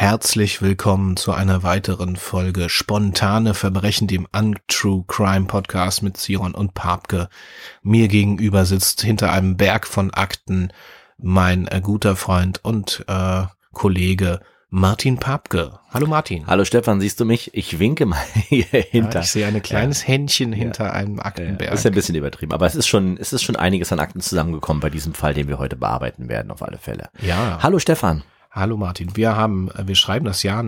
herzlich willkommen zu einer weiteren Folge Spontane Verbrechen, dem Untrue Crime Podcast mit Siron und Papke. Mir gegenüber sitzt hinter einem Berg von Akten mein guter Freund und Kollege Martin Papke. Hallo Martin. Hallo Stefan, siehst du mich? Ich winke mal hier hinter. Ja, ich sehe ein kleines Händchen hinter einem Aktenberg. Das ist ein bisschen übertrieben, aber es ist schon einiges an Akten zusammengekommen bei diesem Fall, den wir heute bearbeiten werden, auf alle Fälle. Ja. Hallo Stefan. Hallo Martin. Wir schreiben das Jahr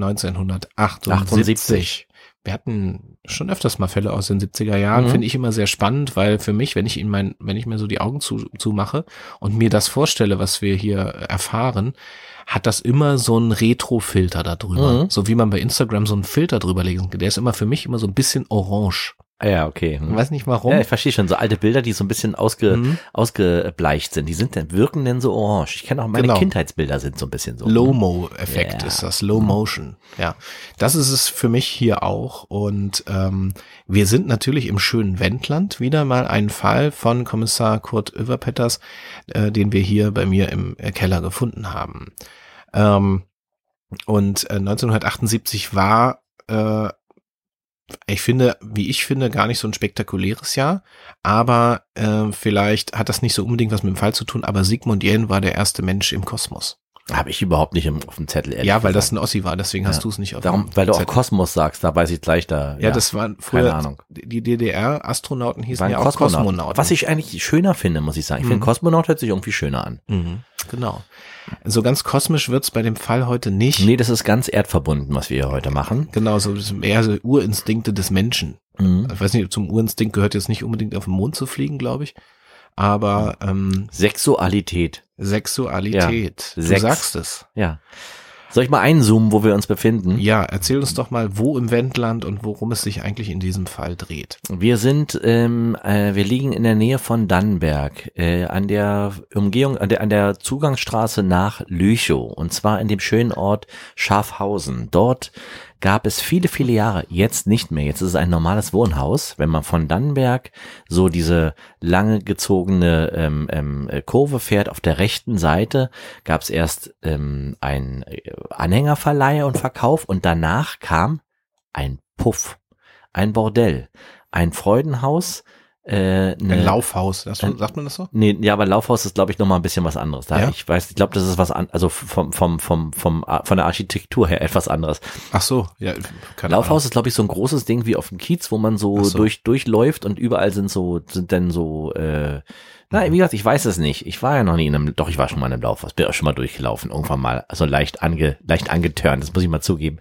1978. Wir hatten schon öfters mal Fälle aus den 70er Jahren, finde ich immer sehr spannend, weil für mich, wenn ich mir so die Augen zumache und mir das vorstelle, was wir hier erfahren, hat das immer so einen Retro-Filter da drüber. So wie man bei Instagram so einen Filter drüber legen kann. Der ist für mich immer so ein bisschen orange. Ja, okay. Ich weiß nicht warum. Ja, ich verstehe schon. So alte Bilder, die so ein bisschen ausgebleicht sind, wirken denn so orange. Ich kenne auch meine Kindheitsbilder sind so ein bisschen so. Low-Mo-Effekt ist das, Low Motion. Ja, das ist es für mich hier auch. Und wir sind natürlich im schönen Wendland. Wieder mal ein Fall von Kommissar Kurt Överpetters, den wir hier bei mir im Keller gefunden haben. Und 1978 war wie ich finde, gar nicht so ein spektakuläres Jahr, aber vielleicht hat das nicht so unbedingt was mit dem Fall zu tun, aber Sigmund Jähn war der erste Mensch im Kosmos. Habe ich überhaupt nicht auf dem Zettel, ehrlich Ja, weil gesagt. das ein Ossi war, deswegen hast du es nicht auf dem Zettel. Weil du auch Kosmos sagst, da weiß ich gleich da. Ja, das waren früher, keine Ahnung. Die DDR-Astronauten hießen ja auch Kosmonauten. Was ich eigentlich schöner finde, muss ich sagen. Ich finde, Kosmonaut hört sich irgendwie schöner an. Genau. So ganz kosmisch wird's bei dem Fall heute nicht. Nee, das ist ganz erdverbunden, was wir hier heute machen. Genau, so eher so Urinstinkte des Menschen. Ich weiß nicht, zum Urinstinkt gehört jetzt nicht unbedingt auf den Mond zu fliegen, glaube ich. Aber Sexualität. Ja. Du sagst es. Ja. Soll ich mal einzoomen, wo wir uns befinden? Ja, erzähl uns doch mal, wo im Wendland und worum es sich eigentlich in diesem Fall dreht. Wir liegen in der Nähe von Dannenberg, an der Umgehung, an der Zugangsstraße nach Lüchow, und zwar in dem schönen Ort Schafhausen. Dort gab es viele, viele Jahre, jetzt nicht mehr. Jetzt ist es ein normales Wohnhaus. Wenn man von Dannenberg so diese lange gezogene Kurve fährt, auf der rechten Seite gab es erst ein Anhängerverleih und Verkauf, und danach kam ein Puff, ein Bordell, ein Freudenhaus, ein Laufhaus, sagt man das so? Nee, ja, aber Laufhaus ist, glaube ich, nochmal ein bisschen was anderes. Ja? Ich glaube, das ist also von der Architektur her etwas anderes. Ach so, ja. Laufhaus ist, glaube ich, so ein großes Ding wie auf dem Kiez, wo man so durchläuft, und überall sind dann so, wie gesagt, ich weiß es nicht. Ich war ja noch nie ich war schon mal in einem Laufhaus, bin auch schon mal durchgelaufen, irgendwann mal, also leicht angeturnt, das muss ich mal zugeben.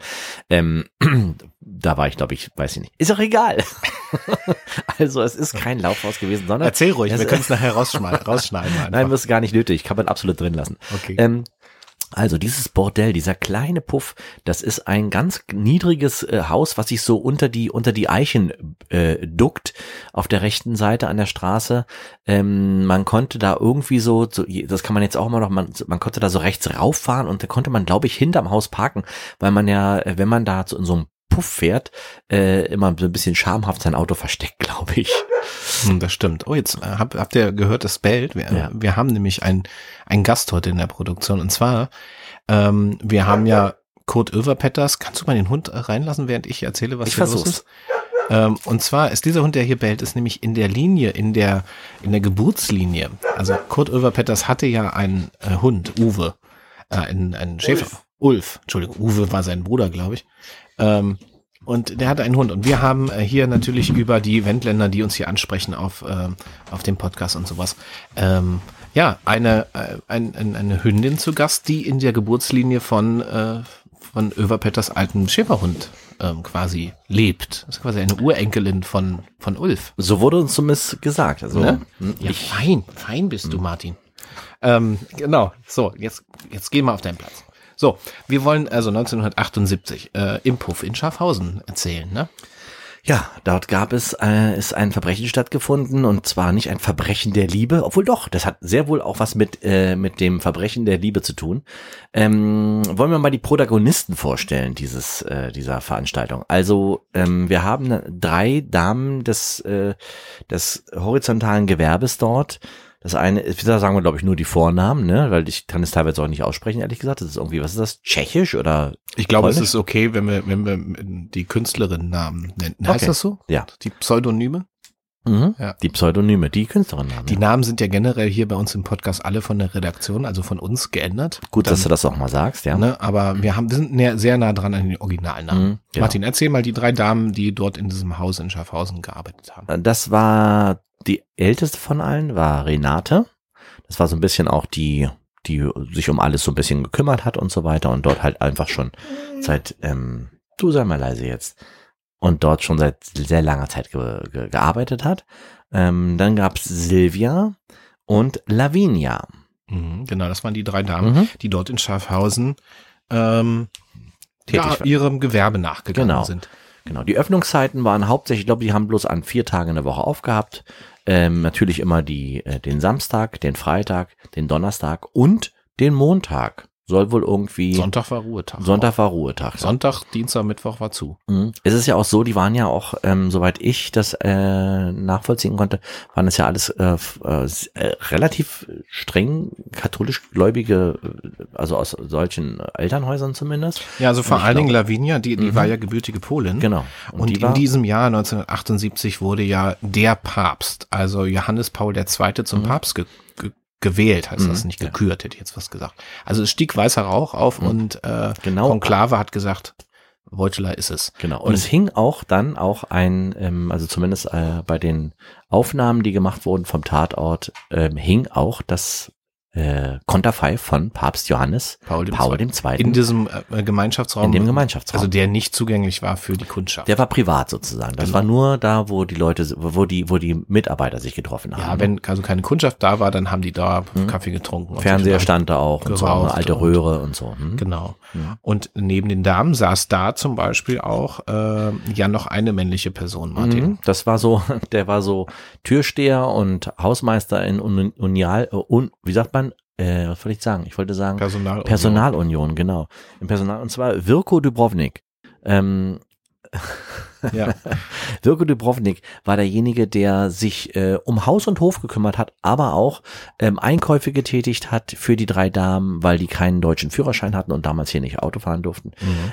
Da war ich, glaube ich, weiß ich nicht. Ist auch egal. Also, es ist kein Laufhaus gewesen, sondern... Erzähl ruhig, wir können es nachher rausschneiden. Nein, das ist gar nicht nötig, kann man absolut drin lassen. Okay. Also dieses Bordell, dieser kleine Puff, das ist ein ganz niedriges Haus, was sich so unter die Eichen duckt, auf der rechten Seite an der Straße. Man konnte da irgendwie das kann man jetzt auch immer noch, man konnte da so rechts rauffahren, und da konnte man, glaube ich, hinterm Haus parken, weil man ja, wenn man da in so einem Puff fährt, immer so ein bisschen schamhaft sein Auto versteckt, glaube ich. Das stimmt. Oh, jetzt habt ihr gehört, es bellt. Wir haben nämlich einen Gast heute in der Produktion, und zwar wir haben ja Kurt Överpetters. Kannst du mal den Hund reinlassen, während ich erzähle, was hier los ist? Und zwar ist dieser Hund, der hier bellt, ist nämlich in der Linie, in der Geburtslinie. Also Kurt Överpetters hatte ja einen Hund, Uwe, einen Schäfer. Ulf, Entschuldigung, Uwe war sein Bruder, glaube ich. Und der hatte einen Hund, und wir haben hier natürlich über die Wendländer, die uns hier ansprechen auf dem Podcast und sowas, eine Hündin zu Gast, die in der Geburtslinie von Överpetters alten Schäferhund quasi lebt. Das ist quasi eine Urenkelin von Ulf. So wurde uns zumindest gesagt. Also, ne? Ja, fein bist du, Martin. Genau, so, jetzt geh mal auf deinen Platz. So, wir wollen also 1978 im Puff in Schafhausen erzählen, ne? Ja, dort ist ein Verbrechen stattgefunden, und zwar nicht ein Verbrechen der Liebe, obwohl doch, das hat sehr wohl auch was mit dem Verbrechen der Liebe zu tun. Wollen wir mal die Protagonisten vorstellen dieser Veranstaltung. Also wir haben 3 Damen des horizontalen Gewerbes dort. Das eine ist, da sagen wir, glaube ich, nur die Vornamen, ne? Weil ich kann es teilweise auch nicht aussprechen, ehrlich gesagt. Das ist irgendwie, was ist das? Tschechisch oder? Ich glaube, Polnisch? es ist okay, wenn wir die Künstlerinnennamen nennen. Heißt Okay. das so? Ja. Die Pseudonyme? Mhm. Ja. Die Pseudonyme, die Künstlerinnennamen. Die Namen sind ja generell hier bei uns im Podcast alle von der Redaktion, also von uns geändert. Gut, dass du das auch mal sagst, ja. Ne, aber wir sind sehr nah dran an den Originalnamen. Genau. Martin, erzähl mal die 3 Damen, die dort in diesem Haus in Schaffhausen gearbeitet haben. Das war die älteste von allen, war Renate. Das war so ein bisschen auch die sich um alles so ein bisschen gekümmert hat und so weiter und dort halt einfach schon seit, du sei mal leise jetzt, und dort schon seit sehr langer Zeit gearbeitet hat. Dann gab's Silvia und Lavinia. Genau, das waren die 3 Damen, die dort in Schaffhausen ihrem Gewerbe nachgegangen sind. Genau, die Öffnungszeiten waren hauptsächlich, ich glaube, die haben bloß an 4 Tagen in der Woche aufgehabt. Natürlich immer den Samstag, den Freitag, den Donnerstag und den Montag. Soll wohl irgendwie... Sonntag war Ruhetag. Ja. Sonntag, Dienstag, Mittwoch war zu. Es ist ja auch so, die waren ja auch, soweit ich das nachvollziehen konnte, waren es ja alles relativ streng katholisch gläubige, also aus solchen Elternhäusern zumindest. Ja, also vor allen Dingen Lavinia, die war ja gebürtige Polin. Genau. Und in diesem Jahr 1978 wurde ja der Papst, also Johannes Paul II. Zum Papst gewählt, heißt das nicht, gekürt, hätte ich jetzt was gesagt. Also es stieg weißer Rauch auf und Konklave hat gesagt, Wojtyla ist es. Genau. Und es hing auch dann also zumindest bei den Aufnahmen, die gemacht wurden vom Tatort, hing auch das Konterfei von Papst Johannes Paul II. In diesem Gemeinschaftsraum. In dem Gemeinschaftsraum. Also der nicht zugänglich war für die Kundschaft. Der war privat sozusagen. Das war nur da, wo die Leute, wo die Mitarbeiter sich getroffen haben. Ja, wenn also keine Kundschaft da war, dann haben die da Kaffee getrunken. Fernseher stand da auch und so, eine alte Röhre und so. Genau. Und neben den Damen saß da zum Beispiel auch ja noch eine männliche Person, Martin. Das war so, der war so Türsteher und Hausmeister in wie sagt man? Was wollte ich sagen? Ich wollte sagen Personalunion, genau. Und zwar Wilko Dubrovnik. Ja. Wilko Dubrovnik war derjenige, der sich um Haus und Hof gekümmert hat, aber auch Einkäufe getätigt hat für die 3 Damen, weil die keinen deutschen Führerschein hatten und damals hier nicht Auto fahren durften.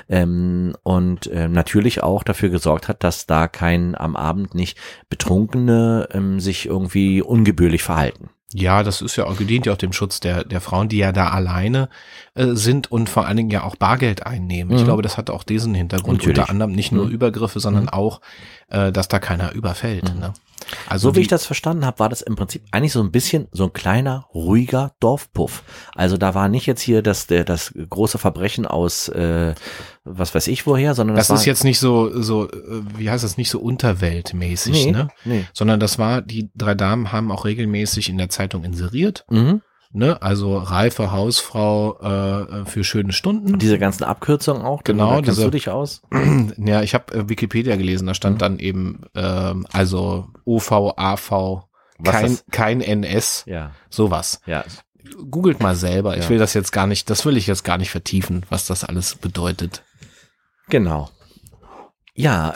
Und natürlich auch dafür gesorgt hat, dass da am Abend nicht Betrunkene sich irgendwie ungebührlich verhalten. Ja, das ist ja auch, gedient ja auch dem Schutz der Frauen, die ja da alleine sind und vor allen Dingen ja auch Bargeld einnehmen. Ich glaube, das hat auch diesen Hintergrund, natürlich. Unter anderem nicht nur Übergriffe, sondern auch, dass da keiner überfällt. Ne? Also so wie ich das verstanden habe, war das im Prinzip eigentlich so ein bisschen so ein kleiner, ruhiger Dorfpuff. Also da war nicht jetzt hier das große Verbrechen aus was weiß ich woher, sondern das ist jetzt nicht so, wie heißt das, nicht so unterweltmäßig, ne? Nee. Sondern die 3 Damen haben auch regelmäßig in der Zeitung inseriert. Ne, also reife Hausfrau für schöne Stunden. Diese ganzen Abkürzungen auch, genau. Kennst du dich aus? Ja, ich habe Wikipedia gelesen, da stand dann eben also OV, AV, kein NS, sowas. Ja. Googelt mal selber. Ich will das jetzt gar nicht vertiefen, was das alles bedeutet. Genau. Ja,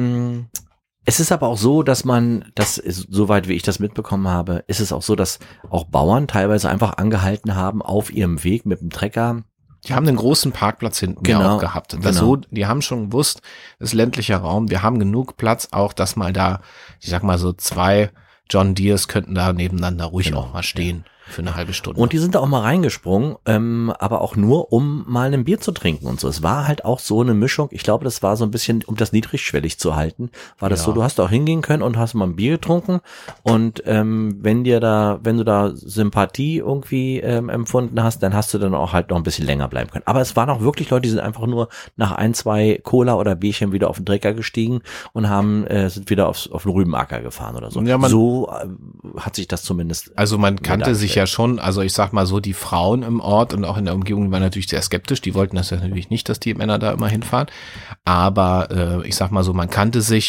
es ist aber auch so, dass soweit wie ich das mitbekommen habe, ist es auch so, dass auch Bauern teilweise einfach angehalten haben auf ihrem Weg mit dem Trecker. Die haben einen großen Parkplatz hinten auch gehabt. Die haben schon gewusst, das ist ländlicher Raum, wir haben genug Platz auch, dass mal da, ich sag mal so 2 John Deeres könnten da nebeneinander ruhig auch mal stehen. Für eine halbe Stunde. Und die sind da auch mal reingesprungen, aber auch nur, um mal ein Bier zu trinken und so. Es war halt auch so eine Mischung. Ich glaube, das war so ein bisschen, um das niedrigschwellig zu halten, war das so, du hast auch hingehen können und hast mal ein Bier getrunken. Und wenn du da Sympathie irgendwie empfunden hast, dann hast du dann auch halt noch ein bisschen länger bleiben können. Aber es waren auch wirklich Leute, die sind einfach nur nach 1, 2 Cola oder Bierchen wieder auf den Trecker gestiegen und sind wieder auf den Rübenacker gefahren oder so. Ja, so hat sich das zumindest. Also man kannte sich ja schon, also ich sag mal so, die Frauen im Ort und auch in der Umgebung waren natürlich sehr skeptisch, die wollten das ja natürlich nicht, dass die Männer da immer hinfahren, aber ich sag mal so, man kannte sich,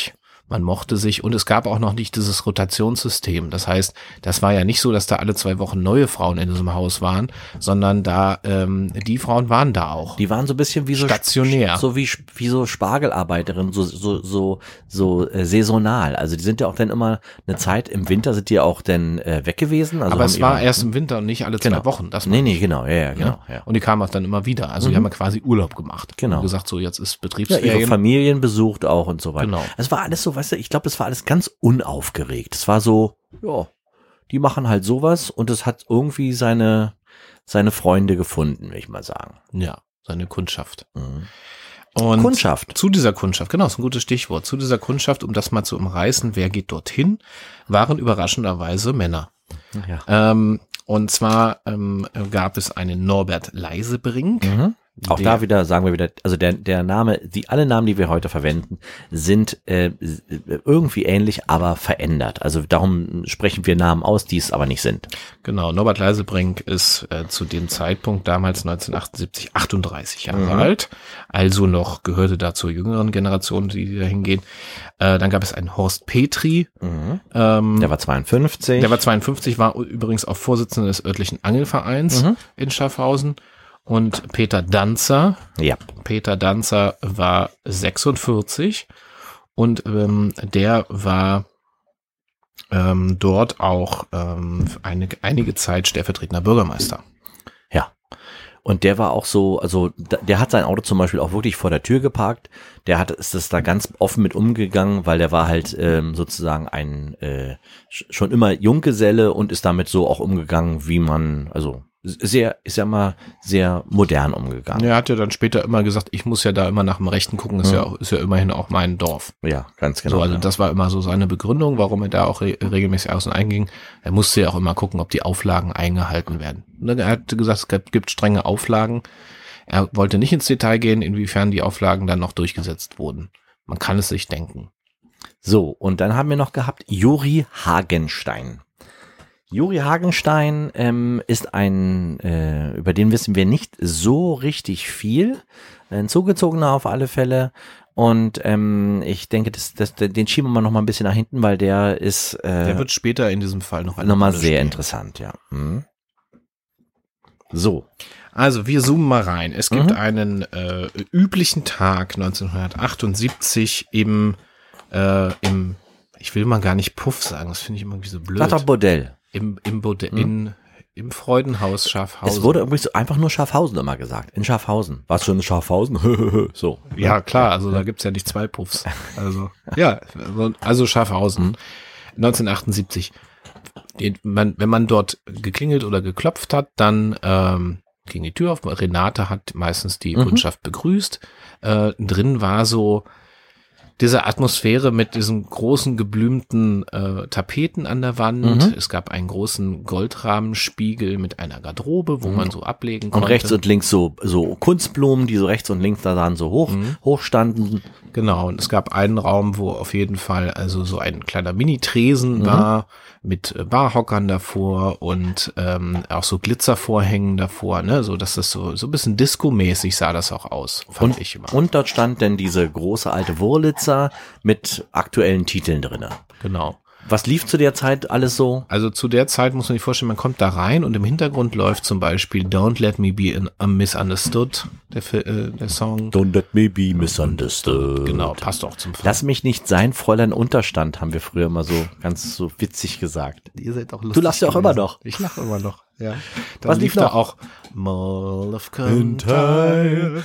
man mochte sich und es gab auch noch nicht dieses Rotationssystem. Das heißt, das war ja nicht so, dass da alle 2 Wochen neue Frauen in diesem Haus waren, sondern da die Frauen waren da auch. Die waren so ein bisschen wie so stationär, so wie so Spargelarbeiterinnen, so saisonal. Also die sind ja auch dann immer eine Zeit im Winter sind die ja auch dann weg gewesen. Also aber es war erst im Winter und nicht alle 2 Wochen. Das genau, genau. Ja. Und die kamen auch dann immer wieder. Also die haben ja quasi Urlaub gemacht. Genau. Und gesagt, so jetzt ist Betriebsferien. Ja, ihre Familien besucht auch und so weiter. Genau. Es war alles so, weißt du, ich glaube, das war alles ganz unaufgeregt. Es war so, ja, die machen halt sowas und es hat irgendwie seine Freunde gefunden, will ich mal sagen. Ja, seine Kundschaft. Und Kundschaft. Zu dieser Kundschaft, genau, ist ein gutes Stichwort. Zu dieser Kundschaft, um das mal zu umreißen, wer geht dorthin, waren überraschenderweise Männer. Ja. Und zwar gab es einen Norbert Leisebrink. Auch da wieder, sagen wir wieder, also der Name, alle Namen, die wir heute verwenden, sind irgendwie ähnlich, aber verändert. Also darum sprechen wir Namen aus, die es aber nicht sind. Genau, Norbert Leisebrink ist zu dem Zeitpunkt, damals 1978, 38 Jahre alt. Also gehörte da zur jüngeren Generation, die da hingehen. Dann gab es einen Horst Petri. Der war 52. Der war 52, war übrigens auch Vorsitzender des örtlichen Angelvereins in Schaffhausen. Und Peter Danzer. Ja. Peter Danzer war 46 und der war dort auch einige Zeit stellvertretender Bürgermeister. Ja. Und der war auch so, also der hat sein Auto zum Beispiel auch wirklich vor der Tür geparkt. Ist das da ganz offen mit umgegangen, weil der war halt sozusagen ein schon immer Junggeselle und ist damit so auch umgegangen, wie man, also ist ja immer sehr modern umgegangen. Er hat ja dann später immer gesagt, ich muss ja da immer nach dem Rechten gucken, ist ja immerhin auch mein Dorf. Ja, ganz genau. So, also das war immer so seine Begründung, warum er da auch regelmäßig aus und einging. Er musste ja auch immer gucken, ob die Auflagen eingehalten werden. Er hat gesagt, es gibt strenge Auflagen. Er wollte nicht ins Detail gehen, inwiefern die Auflagen dann noch durchgesetzt wurden. Man kann es sich denken. So, und dann haben wir noch gehabt Juri Hagenstein. Juri Hagenstein ist über den wissen wir nicht so richtig viel. Ein Zugezogener auf alle Fälle. Und ich denke, den schieben wir noch mal ein bisschen nach hinten, weil der ist der wird später in diesem Fall noch mal sehr interessant, ja. So. Also wir zoomen mal rein. Es gibt einen üblichen Tag 1978 im ich will mal gar nicht Puff sagen, das finde ich immer irgendwie so blöd. Das war Bordell. Im Im Freudenhaus Schafhausen. Es wurde übrigens einfach nur Schafhausen immer gesagt. In Schafhausen. War es schon in Schafhausen? So. Ja, klar. Also da gibt's ja nicht 2 Puffs. Also, ja. Also Schafhausen. 1978. Wenn man dort geklingelt oder geklopft hat, dann ging die Tür auf. Renate hat meistens die Kundschaft begrüßt. Drin war so diese Atmosphäre mit diesen großen geblümten Tapeten an der Wand. Es gab einen großen Goldrahmenspiegel mit einer Garderobe, wo man so ablegen konnte. Und rechts und links so Kunstblumen, die so rechts und links da dann so hoch standen. Genau, und es gab einen Raum, wo auf jeden Fall also so ein kleiner Mini-Tresen war mit Barhockern davor und auch so Glitzervorhängen davor, ne, so dass das so ein bisschen Disco-mäßig sah das auch aus, fand ich immer. Und dort stand denn diese große alte Wurlitzer mit aktuellen Titeln drinne. Genau. Was lief zu der Zeit alles so? Also zu der Zeit muss man sich vorstellen, man kommt da rein und im Hintergrund läuft zum Beispiel Don't Let Me Be Misunderstood, der Song. Don't Let Me Be Misunderstood. Genau, passt auch zum Fall. Lass mich nicht sein, Fräulein Unterstand, haben wir früher immer so ganz so witzig gesagt. Ihr seid auch lustig. Du lachst ja auch immer noch. Ich lache immer noch, ja. Was lief da noch? auch Mall of Kintyre.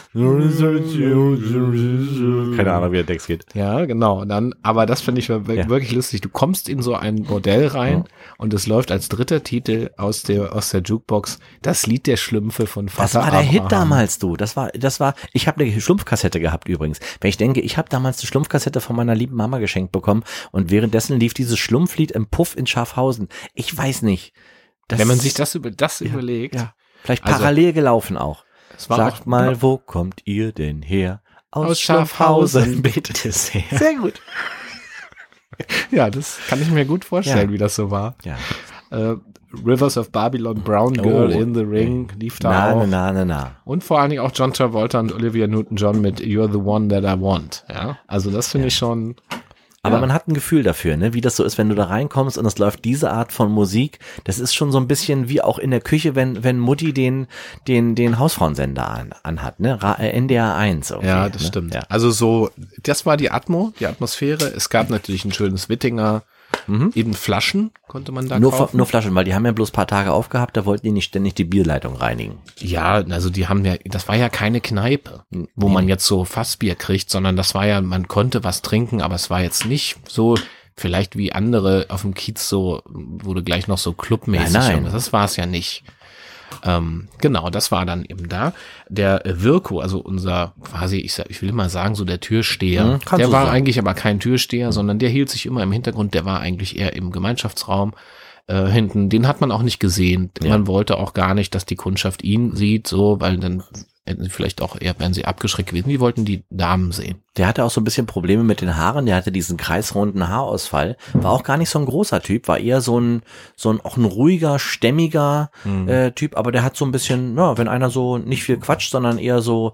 Keine Ahnung, wie der Text geht. Ja, genau. Und dann, aber das finde ich wirklich lustig. Du kommst in so ein Bordell rein und es läuft als dritter Titel aus der Jukebox das Lied der Schlümpfe von Vater Das war der Hit damals, du. Das war, ich habe eine Schlumpfkassette gehabt übrigens. Wenn ich denke, ich habe damals eine Schlumpfkassette von meiner lieben Mama geschenkt bekommen und währenddessen lief dieses Schlumpflied im Puff in Schafhausen. Ich weiß nicht. Wenn man sich das überlegt. Ja. Vielleicht parallel gelaufen auch. Sagt auch, mal, wo kommt ihr denn her? Aus Schafhausen betet es her. Sehr gut. Ja, das kann ich mir gut vorstellen, wie das so war. Ja. Rivers of Babylon, Brown Girl in the Ring lief da auch. Na. Und vor allen Dingen auch John Travolta und Olivia Newton-John mit You're the One That I Want. Ja, also das finde ich schon. Aber man hat ein Gefühl dafür, ne, wie das so ist, wenn du da reinkommst und es läuft diese Art von Musik. Das ist schon so ein bisschen wie auch in der Küche, wenn Mutti den Hausfrauensender anhat, ne, NDR 1. Okay, ja, das stimmt. Ja. Also so, das war die Atmosphäre. Es gab natürlich ein schönes Wittinger, eben Flaschen konnte man da kaufen. Nur Flaschen, weil die haben ja bloß ein paar Tage aufgehabt, da wollten die nicht ständig die Bierleitung reinigen. Ja, also die haben ja, das war ja keine Kneipe, wo man jetzt so Fassbier kriegt, sondern das war ja, man konnte was trinken, aber es war jetzt nicht so, vielleicht wie andere auf dem Kiez so, wurde gleich noch so clubmäßig. Nein. Das war es ja nicht. Genau, das war dann eben da. Der Wirko, also unser quasi, ich will mal sagen, so der Türsteher, der war eigentlich aber kein Türsteher, sondern der hielt sich immer im Hintergrund, der war eigentlich eher im Gemeinschaftsraum hinten. Den hat man auch nicht gesehen. Ja. Man wollte auch gar nicht, dass die Kundschaft ihn sieht, so, weil dann hätten sie vielleicht auch eher, wären sie abgeschreckt gewesen. Die wollten die Damen sehen. Der hatte auch so ein bisschen Probleme mit den Haaren. Der hatte diesen kreisrunden Haarausfall. War auch gar nicht so ein großer Typ. War eher so ein ruhiger, stämmiger Typ. Aber der hat so ein bisschen, ja, wenn einer so nicht viel quatscht, sondern eher so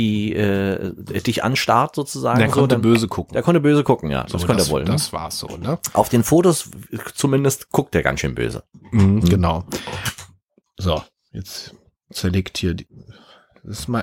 dich anstarrt sozusagen. Der konnte böse gucken. Der konnte böse gucken, ja. Das konnte er wohl. Das war's so, ne? Auf den Fotos zumindest guckt er ganz schön böse. Genau. So, jetzt zerlegt hier die... Das ist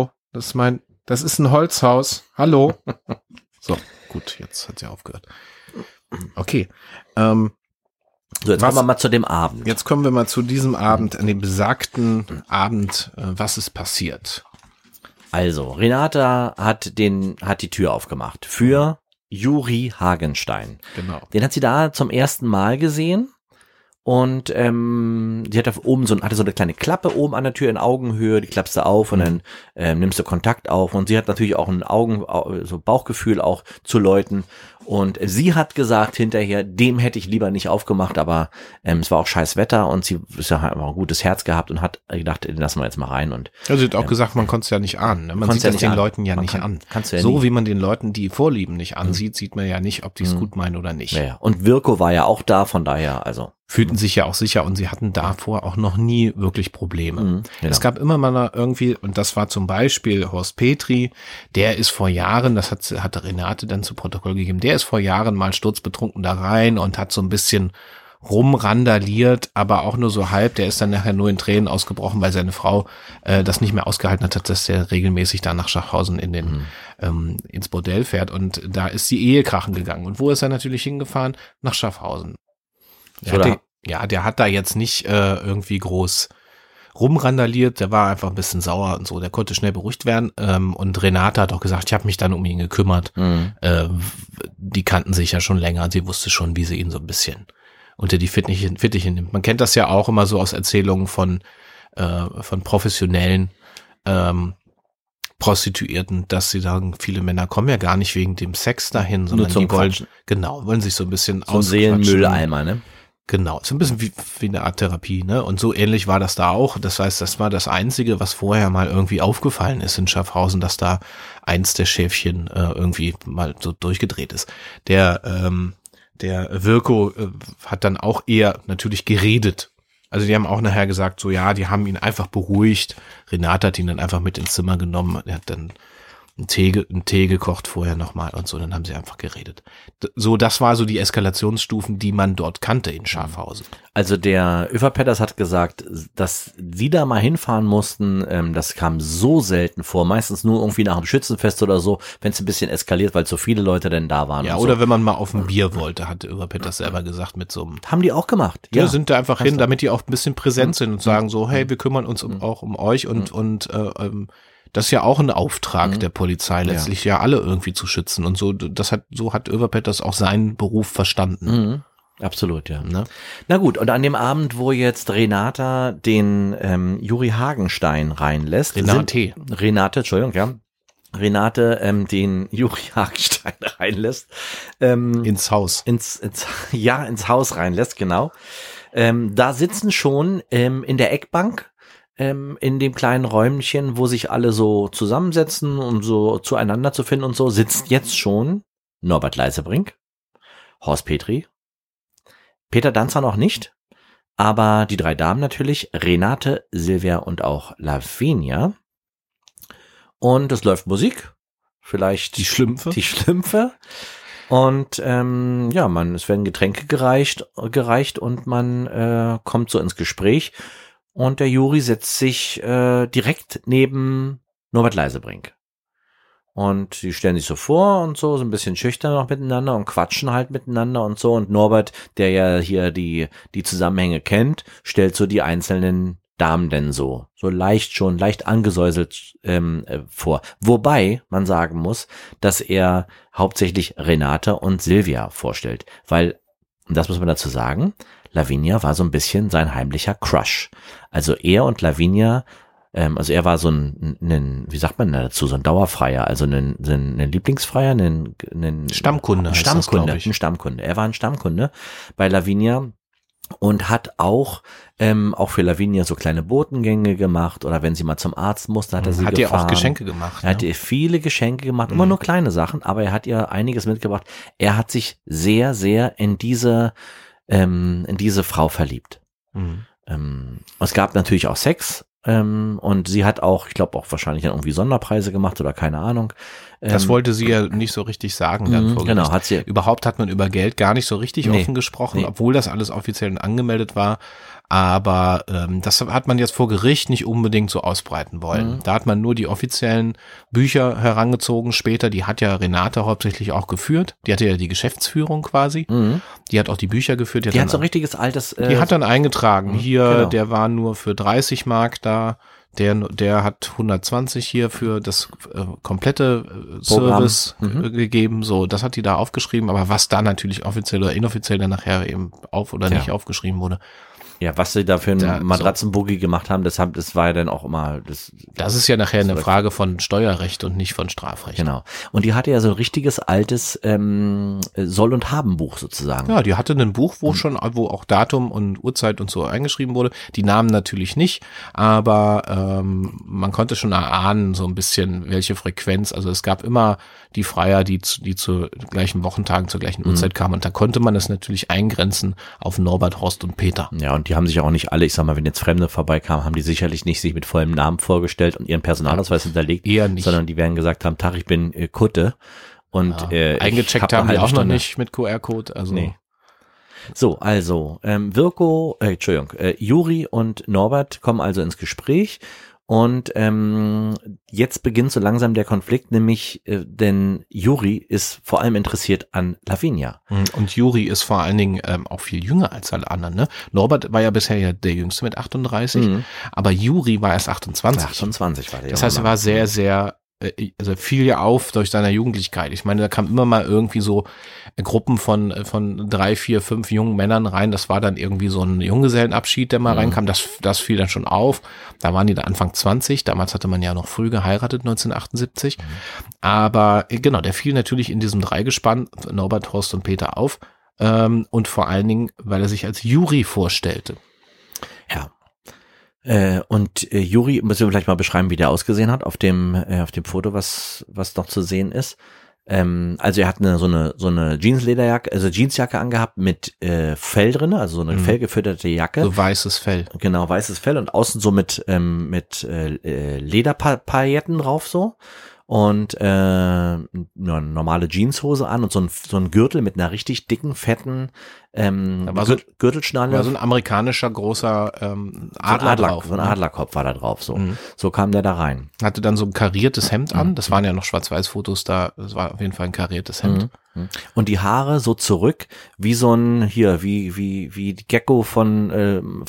das ist ein Holzhaus. Hallo. So, gut, jetzt hat sie aufgehört. Okay. So, jetzt kommen wir mal zu dem Abend. Jetzt kommen wir mal zu diesem Abend, an dem besagten Abend, was ist passiert? Also, Renata hat die Tür aufgemacht für Juri Hagenstein. Genau. Den hat sie da zum ersten Mal gesehen. Und die hatte so eine kleine Klappe oben an der Tür in Augenhöhe, die klappst du auf und dann nimmst du Kontakt auf. Und sie hat natürlich auch ein Bauchgefühl auch zu Leuten. Und sie hat gesagt hinterher, dem hätte ich lieber nicht aufgemacht, aber es war auch scheiß Wetter und sie hat auch ein gutes Herz gehabt und hat gedacht, den lassen wir jetzt mal rein. Und also sie hat auch gesagt, man konnte es ja nicht ahnen. Ne? Man sieht das den Leuten ja nicht an. So wie man den Leuten die Vorlieben nicht ansieht, sieht man ja nicht, ob die es gut meinen oder nicht. Ja. Und Wirko war ja auch da, von daher, also fühlten sich ja auch sicher und sie hatten davor auch noch nie wirklich Probleme. Genau. Es gab immer mal irgendwie, und das war zum Beispiel Horst Petri, der ist vor Jahren, das hatte Renate dann zu Protokoll gegeben, der ist vor Jahren mal sturzbetrunken da rein und hat so ein bisschen rumrandaliert, aber auch nur so halb, der ist dann nachher nur in Tränen ausgebrochen, weil seine Frau das nicht mehr ausgehalten hat, dass der regelmäßig da nach Schaffhausen ins Bordell fährt und da ist die Ehe krachen gegangen. Und wo ist er natürlich hingefahren? Nach Schaffhausen. Der hat da jetzt nicht irgendwie groß rumrandaliert, der war einfach ein bisschen sauer und so, der konnte schnell beruhigt werden und Renate hat auch gesagt, ich habe mich dann um ihn gekümmert. Die kannten sich ja schon länger, sie wusste schon, wie sie ihn so ein bisschen unter die Fittiche nimmt. Man kennt das ja auch immer so aus Erzählungen von professionellen Prostituierten, dass sie sagen, viele Männer kommen ja gar nicht wegen dem Sex dahin, sondern die wollen sich so ein bisschen ausquatschen. Seelenmülleimer, ne? Genau, so ein bisschen wie eine Art Therapie, ne? Und so ähnlich war das da auch. Das heißt, das war das Einzige, was vorher mal irgendwie aufgefallen ist in Schaffhausen, dass da eins der Schäfchen irgendwie mal so durchgedreht ist. Der Wirko hat dann auch eher natürlich geredet. Also die haben auch nachher gesagt, so ja, die haben ihn einfach beruhigt. Renate hat ihn dann einfach mit ins Zimmer genommen. Er hat dann einen Tee gekocht vorher nochmal und so, dann haben sie einfach geredet. So, das war so die Eskalationsstufen, die man dort kannte in Schafhausen. Also der Överpetters hat gesagt, dass sie da mal hinfahren mussten, das kam so selten vor, meistens nur irgendwie nach dem Schützenfest oder so, wenn es ein bisschen eskaliert, weil so viele Leute denn da waren. Ja, oder so. Wenn man mal auf ein Bier wollte, hat Överpetters selber gesagt, mit so einem... Haben die auch gemacht. Ja, sind da einfach hin, damit die auch ein bisschen präsent sind und sagen so, hey, wir kümmern uns auch um euch und das ist ja auch ein Auftrag der Polizei, letztlich ja alle irgendwie zu schützen und so. So hat Överpetters auch seinen Beruf verstanden. Absolut, ja. Ne? Na gut, und an dem Abend, wo jetzt Renata den Juri Hagenstein reinlässt. Renate, den Juri Hagenstein reinlässt. Ins Haus. Ins Haus reinlässt, genau. Da sitzen schon in der Eckbank in dem kleinen Räumchen, wo sich alle so zusammensetzen, um so zueinander zu finden und so, sitzt jetzt schon Norbert Leisebrink, Horst Petri, Peter Danzer noch nicht, aber die drei Damen natürlich, Renate, Silvia und auch Lavinia. Und es läuft Musik, vielleicht die Schlümpfe. Und es werden Getränke gereicht und man kommt so ins Gespräch. Und der Juri setzt sich direkt neben Norbert Leisebrink. Und die stellen sich so vor und so ein bisschen schüchtern noch miteinander und quatschen halt miteinander und so. Und Norbert, der ja hier die Zusammenhänge kennt, stellt so die einzelnen Damen denn so leicht angesäuselt vor. Wobei man sagen muss, dass er hauptsächlich Renate und Silvia vorstellt. Weil, und das muss man dazu sagen, Lavinia war so ein bisschen sein heimlicher Crush. Also er und Lavinia, also er war so ein, wie sagt man dazu, so ein Dauerfreier, also ein Lieblingsfreier, ein Stammkunde. Ein Stammkunde. Er war ein Stammkunde bei Lavinia und hat auch für Lavinia so kleine Botengänge gemacht oder wenn sie mal zum Arzt musste, hat er sie gefahren. Hat ihr auch Geschenke gemacht. Er hat ihr viele Geschenke gemacht, immer nur kleine Sachen, aber er hat ihr einiges mitgebracht. Er hat sich sehr, sehr in diese Frau verliebt. Es gab natürlich auch Sex, und sie hat auch, ich glaube auch wahrscheinlich dann irgendwie Sonderpreise gemacht oder keine Ahnung. Das wollte sie ja nicht so richtig sagen dann vor Gericht. Genau, hat sie. Überhaupt hat man über Geld gar nicht so richtig offen gesprochen, obwohl das alles offiziell angemeldet war. Aber das hat man jetzt vor Gericht nicht unbedingt so ausbreiten wollen. Da hat man nur die offiziellen Bücher herangezogen. Später, die hat ja Renate hauptsächlich auch geführt. Die hatte ja die Geschäftsführung quasi. Die hat auch die Bücher geführt. Die hat so ein richtiges altes... die hat dann eingetragen. Hier, der war nur für 30 Mark da. Der hat 120 hier für das komplette Service gegeben. So, das hat die da aufgeschrieben. Aber was da natürlich offiziell oder inoffiziell dann nachher eben auf oder nicht aufgeschrieben wurde. Ja, was sie da für einen Matratzenboogie gemacht haben, das war ja dann auch immer... Das ist ja nachher eine Frage von Steuerrecht und nicht von Strafrecht. Genau. Und die hatte ja so ein richtiges altes Soll- und Haben-Buch sozusagen. Ja, die hatte ein Buch, wo auch Datum und Uhrzeit und so eingeschrieben wurde. Die Namen natürlich nicht, aber man konnte schon erahnen so ein bisschen, welche Frequenz. Also es gab immer die Freier, die zu gleichen Wochentagen, zur gleichen Uhrzeit kamen. Und da konnte man es natürlich eingrenzen auf Norbert, Horst und Peter. Ja, und die haben sich auch nicht alle, ich sag mal, wenn jetzt Fremde vorbeikamen, haben die sicherlich nicht sich mit vollem Namen vorgestellt und ihren Personalausweis hinterlegt. Eher nicht. Sondern die werden gesagt haben, Tag, ich bin Kutte. Und eingecheckt haben die auch noch nicht mit QR-Code. Also. Nee. So, also Juri und Norbert kommen also ins Gespräch. Und jetzt beginnt so langsam der Konflikt, nämlich denn Juri ist vor allem interessiert an Lavinia. Und Juri ist vor allen Dingen auch viel jünger als alle anderen. Ne? Norbert war ja bisher ja der Jüngste mit 38, aber Juri war erst 28. 28 war der. Das heißt, er war sehr, sehr, also fiel ja auf durch seine Jugendlichkeit. Ich meine, da kam immer mal irgendwie so Gruppen von 3, 4, 5 jungen Männern rein. Das war dann irgendwie so ein Junggesellenabschied, der mal reinkam. Das fiel dann schon auf. Da waren die da Anfang 20. Damals hatte man ja noch früh geheiratet, 1978. Aber genau, der fiel natürlich in diesem Dreigespann, Norbert, Horst und Peter auf. Und vor allen Dingen, weil er sich als Juri vorstellte. Ja. Und Juri, müssen wir vielleicht mal beschreiben, wie der ausgesehen hat auf dem Foto, was noch zu sehen ist. Also er hat so eine Jeanslederjacke, also Jeansjacke angehabt mit Fell drin, also so eine fellgefütterte Jacke. So weißes Fell. Genau, weißes Fell und außen so mit Lederpailletten drauf so. Und eine normale Jeanshose an und so ein Gürtel mit einer richtig dicken, fetten Gürtelschnalle. War so ein amerikanischer großer Adler drauf. So ein Adlerkopf war da drauf. So kam der da rein. Hatte dann so ein kariertes Hemd an. Das waren ja noch Schwarz-Weiß-Fotos da. Das war auf jeden Fall ein kariertes Hemd. Und die Haare so zurück, wie so ein, hier, wie die Gecko von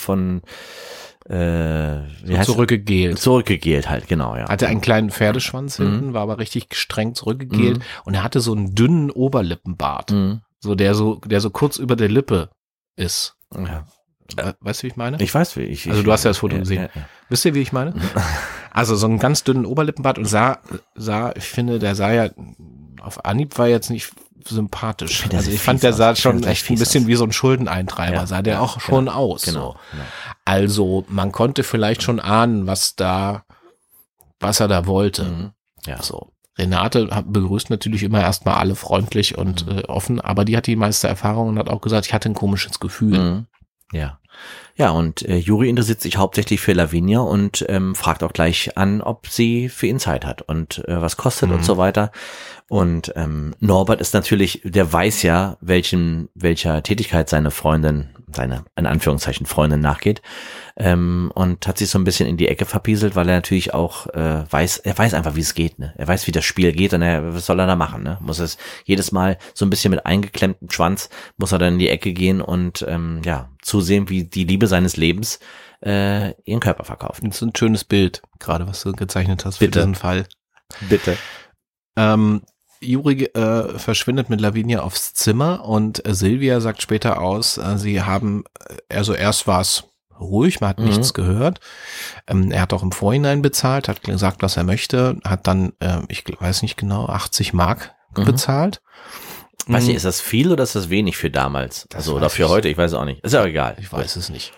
zurückgegelt halt, genau, ja. Hatte einen kleinen Pferdeschwanz hinten, war aber richtig streng zurückgegelt und er hatte so einen dünnen Oberlippenbart, so der so kurz über der Lippe ist. Ja. Weißt du, wie ich meine? Ich weiß, also du hast ja das Foto gesehen. Ja. Wisst ihr, wie ich meine? Also so einen ganz dünnen Oberlippenbart und ich finde, der sah ja auf Anhieb war jetzt nicht sympathisch. Ich fand, der sah schon echt ein bisschen wie so ein Schuldeneintreiber, sah der auch schon aus. Genau. Also man konnte vielleicht schon ahnen, was er da wollte. Ja. So. Renate begrüßt natürlich immer erstmal alle freundlich und offen, aber die hat die meiste Erfahrung und hat auch gesagt, ich hatte ein komisches Gefühl. Ja. Ja, und Juri interessiert sich hauptsächlich für Lavinia und fragt auch gleich an, ob sie für ihn Zeit hat und was kostet und so weiter. Und Norbert ist natürlich, der weiß ja, welcher Tätigkeit seine Freundin, seine in Anführungszeichen Freundin nachgeht, und hat sich so ein bisschen in die Ecke verpieselt, weil er natürlich auch er weiß einfach, wie es geht, ne? Er weiß, wie das Spiel geht und was soll er da machen, ne? Muss es jedes Mal so ein bisschen mit eingeklemmtem Schwanz, muss er dann in die Ecke gehen und zusehen, wie die Liebe seines Lebens ihren Körper verkauft. Das ist ein schönes Bild, gerade was du gezeichnet hast für diesen Fall. Bitte. Juri verschwindet mit Lavinia aufs Zimmer und Silvia sagt später aus, sie haben, also erst war es ruhig, man hat nichts gehört. Er hat auch im Vorhinein bezahlt, hat gesagt, was er möchte, hat dann, ich weiß nicht genau, 80 Mark bezahlt. Weiß nicht, ist das viel oder ist das wenig für damals? Also oder für heute, ich weiß es auch nicht. Ist ja auch egal. Ich weiß es nicht.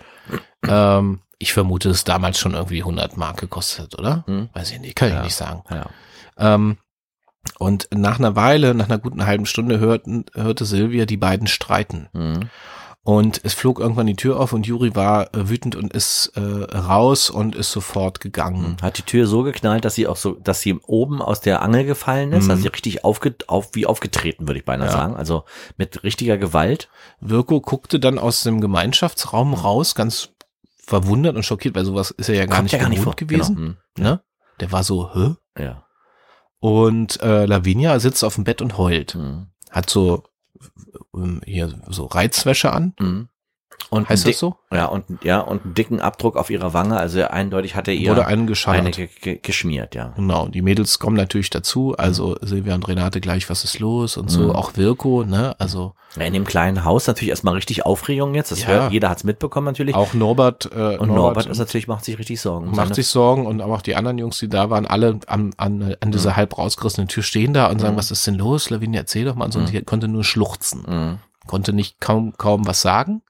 Ich vermute, es damals schon irgendwie 100 Mark gekostet, oder? Weiß ich nicht, kann ich nicht sagen. Ja. Und nach einer Weile, nach einer guten halben Stunde hörte Silvia die beiden streiten. Und es flog irgendwann die Tür auf und Juri war wütend und ist raus und ist sofort gegangen. Hat die Tür so geknallt, dass sie oben aus der Angel gefallen ist, also sie richtig wie aufgetreten, würde ich beinahe sagen, also mit richtiger Gewalt. Wirko guckte dann aus dem Gemeinschaftsraum raus, ganz verwundert und schockiert, weil sowas ist er ja gar nicht gewohnt gewesen. Genau. Ne? Der war so, hä? Ja. Und Lavinia sitzt auf dem Bett und heult. Hat so hier so Reizwäsche an. Und heißt das so? Ja, und einen dicken Abdruck auf ihrer Wange, also eindeutig hat er ihr wurde eine geschmiert, ja. Genau, die Mädels kommen natürlich dazu, also Silvia und Renate gleich, was ist los und so, auch Wirko, ne, also. Ja, in dem kleinen Haus natürlich erstmal richtig Aufregung jetzt, jeder hat's mitbekommen natürlich. Auch Norbert ist natürlich, macht sich richtig Sorgen. Macht sich Sorgen und auch die anderen Jungs, die da waren, alle an dieser halb rausgerissenen Tür stehen da und sagen, was ist denn los, Lavinia, erzähl doch mal, und so, und die konnte nur schluchzen, konnte nicht kaum was sagen.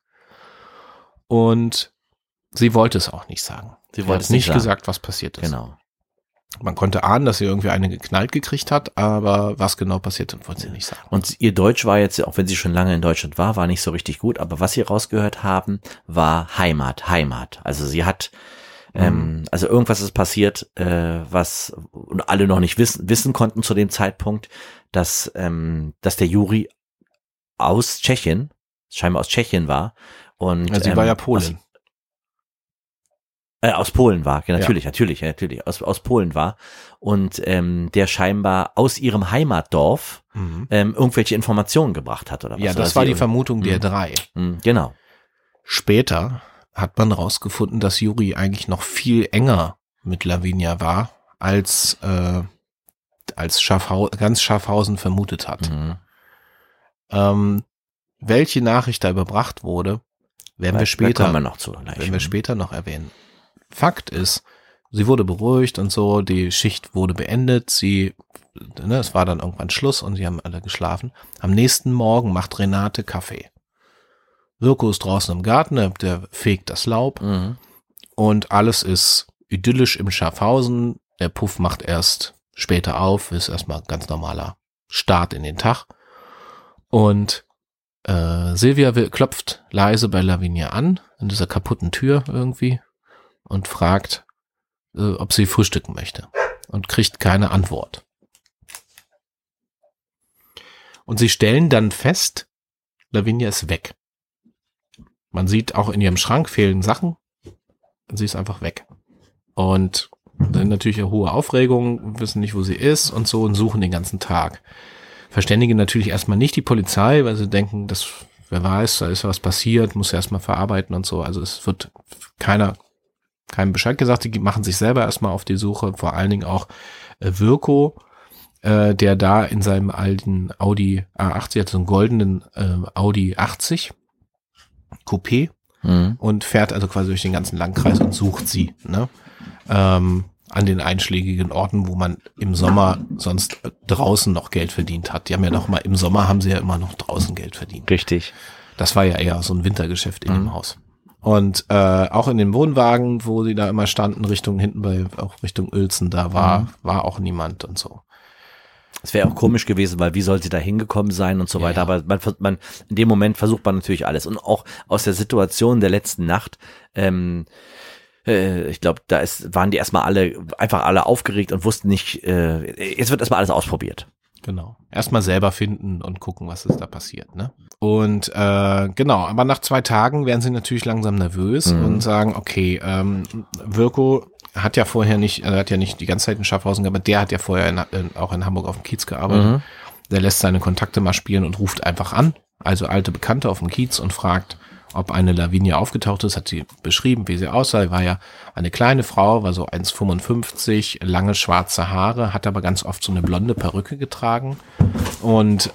Und sie wollte es auch nicht sagen. Sie wollte es nicht gesagt, was passiert ist. Genau. Man konnte ahnen, dass sie irgendwie eine geknallt gekriegt hat, aber was genau passiert ist, wollte sie nicht sagen. Und ihr Deutsch war jetzt, auch wenn sie schon lange in Deutschland war nicht so richtig gut, aber was sie rausgehört haben, war Heimat. Also sie hat, also irgendwas ist passiert, was alle noch nicht wissen konnten zu dem Zeitpunkt, dass der Juri scheinbar aus Tschechien war. Und sie war ja Polin. Aus Polen war, natürlich, aus Polen war und der scheinbar aus ihrem Heimatdorf irgendwelche Informationen gebracht hat oder was. Ja, das war die Vermutung der drei. Genau. Später hat man rausgefunden, dass Juri eigentlich noch viel enger mit Lavinia war, als ganz Schaffhausen vermutet hat. Welche Nachricht da überbracht wurde, werden wir später noch erwähnen. Fakt ist, sie wurde beruhigt und so, die Schicht wurde beendet, es war dann irgendwann Schluss und sie haben alle geschlafen. Am nächsten Morgen macht Renate Kaffee. Wirko ist draußen im Garten, der fegt das Laub und alles ist idyllisch im Schaffhausen. Der Puff macht erst später auf, ist erstmal ganz normaler Start in den Tag. Und Silvia klopft leise bei Lavinia an, in dieser kaputten Tür irgendwie, und fragt, ob sie frühstücken möchte, und kriegt keine Antwort. Und sie stellen dann fest, Lavinia ist weg. Man sieht auch in ihrem Schrank fehlen Sachen, und sie ist einfach weg. Und dann natürlich eine hohe Aufregung, wissen nicht, wo sie ist und so, und suchen den ganzen Tag. Verständigen natürlich erstmal nicht die Polizei, weil sie denken, dass, wer weiß, da ist was passiert, muss erstmal verarbeiten und so. Also es wird keinem Bescheid gesagt, die machen sich selber erstmal auf die Suche, vor allen Dingen auch Wirko, der da in seinem alten Audi A80, hat so einen goldenen Audi 80 Coupé und fährt also quasi durch den ganzen Landkreis und sucht sie, ne? An den einschlägigen Orten, wo man im Sommer sonst draußen noch Geld verdient hat. Im Sommer haben sie ja immer noch draußen Geld verdient. Richtig. Das war ja eher so ein Wintergeschäft in dem Haus. Und auch in dem Wohnwagen, wo sie da immer standen, Richtung Uelzen, da war auch niemand und so. Es wäre auch komisch gewesen, weil wie soll sie da hingekommen sein und so weiter. Aber man in dem Moment versucht man natürlich alles. Und auch aus der Situation der letzten Nacht, ich glaube, waren die erstmal alle aufgeregt und wussten nicht, jetzt wird erstmal alles ausprobiert. Genau. Erstmal selber finden und gucken, was ist da passiert, ne? Und genau, aber nach 2 Tagen werden sie natürlich langsam nervös und sagen, okay, Wirko hat ja vorher nicht, er hat ja nicht die ganze Zeit in Schaffhausen gearbeitet, der hat ja vorher auch in Hamburg auf dem Kiez gearbeitet. Der lässt seine Kontakte mal spielen und ruft einfach an, also alte Bekannte auf dem Kiez, und fragt, ob eine Lavinia aufgetaucht ist, hat sie beschrieben, wie sie aussah. Sie war ja eine kleine Frau, war so 1,55, lange schwarze Haare, hat aber ganz oft so eine blonde Perücke getragen und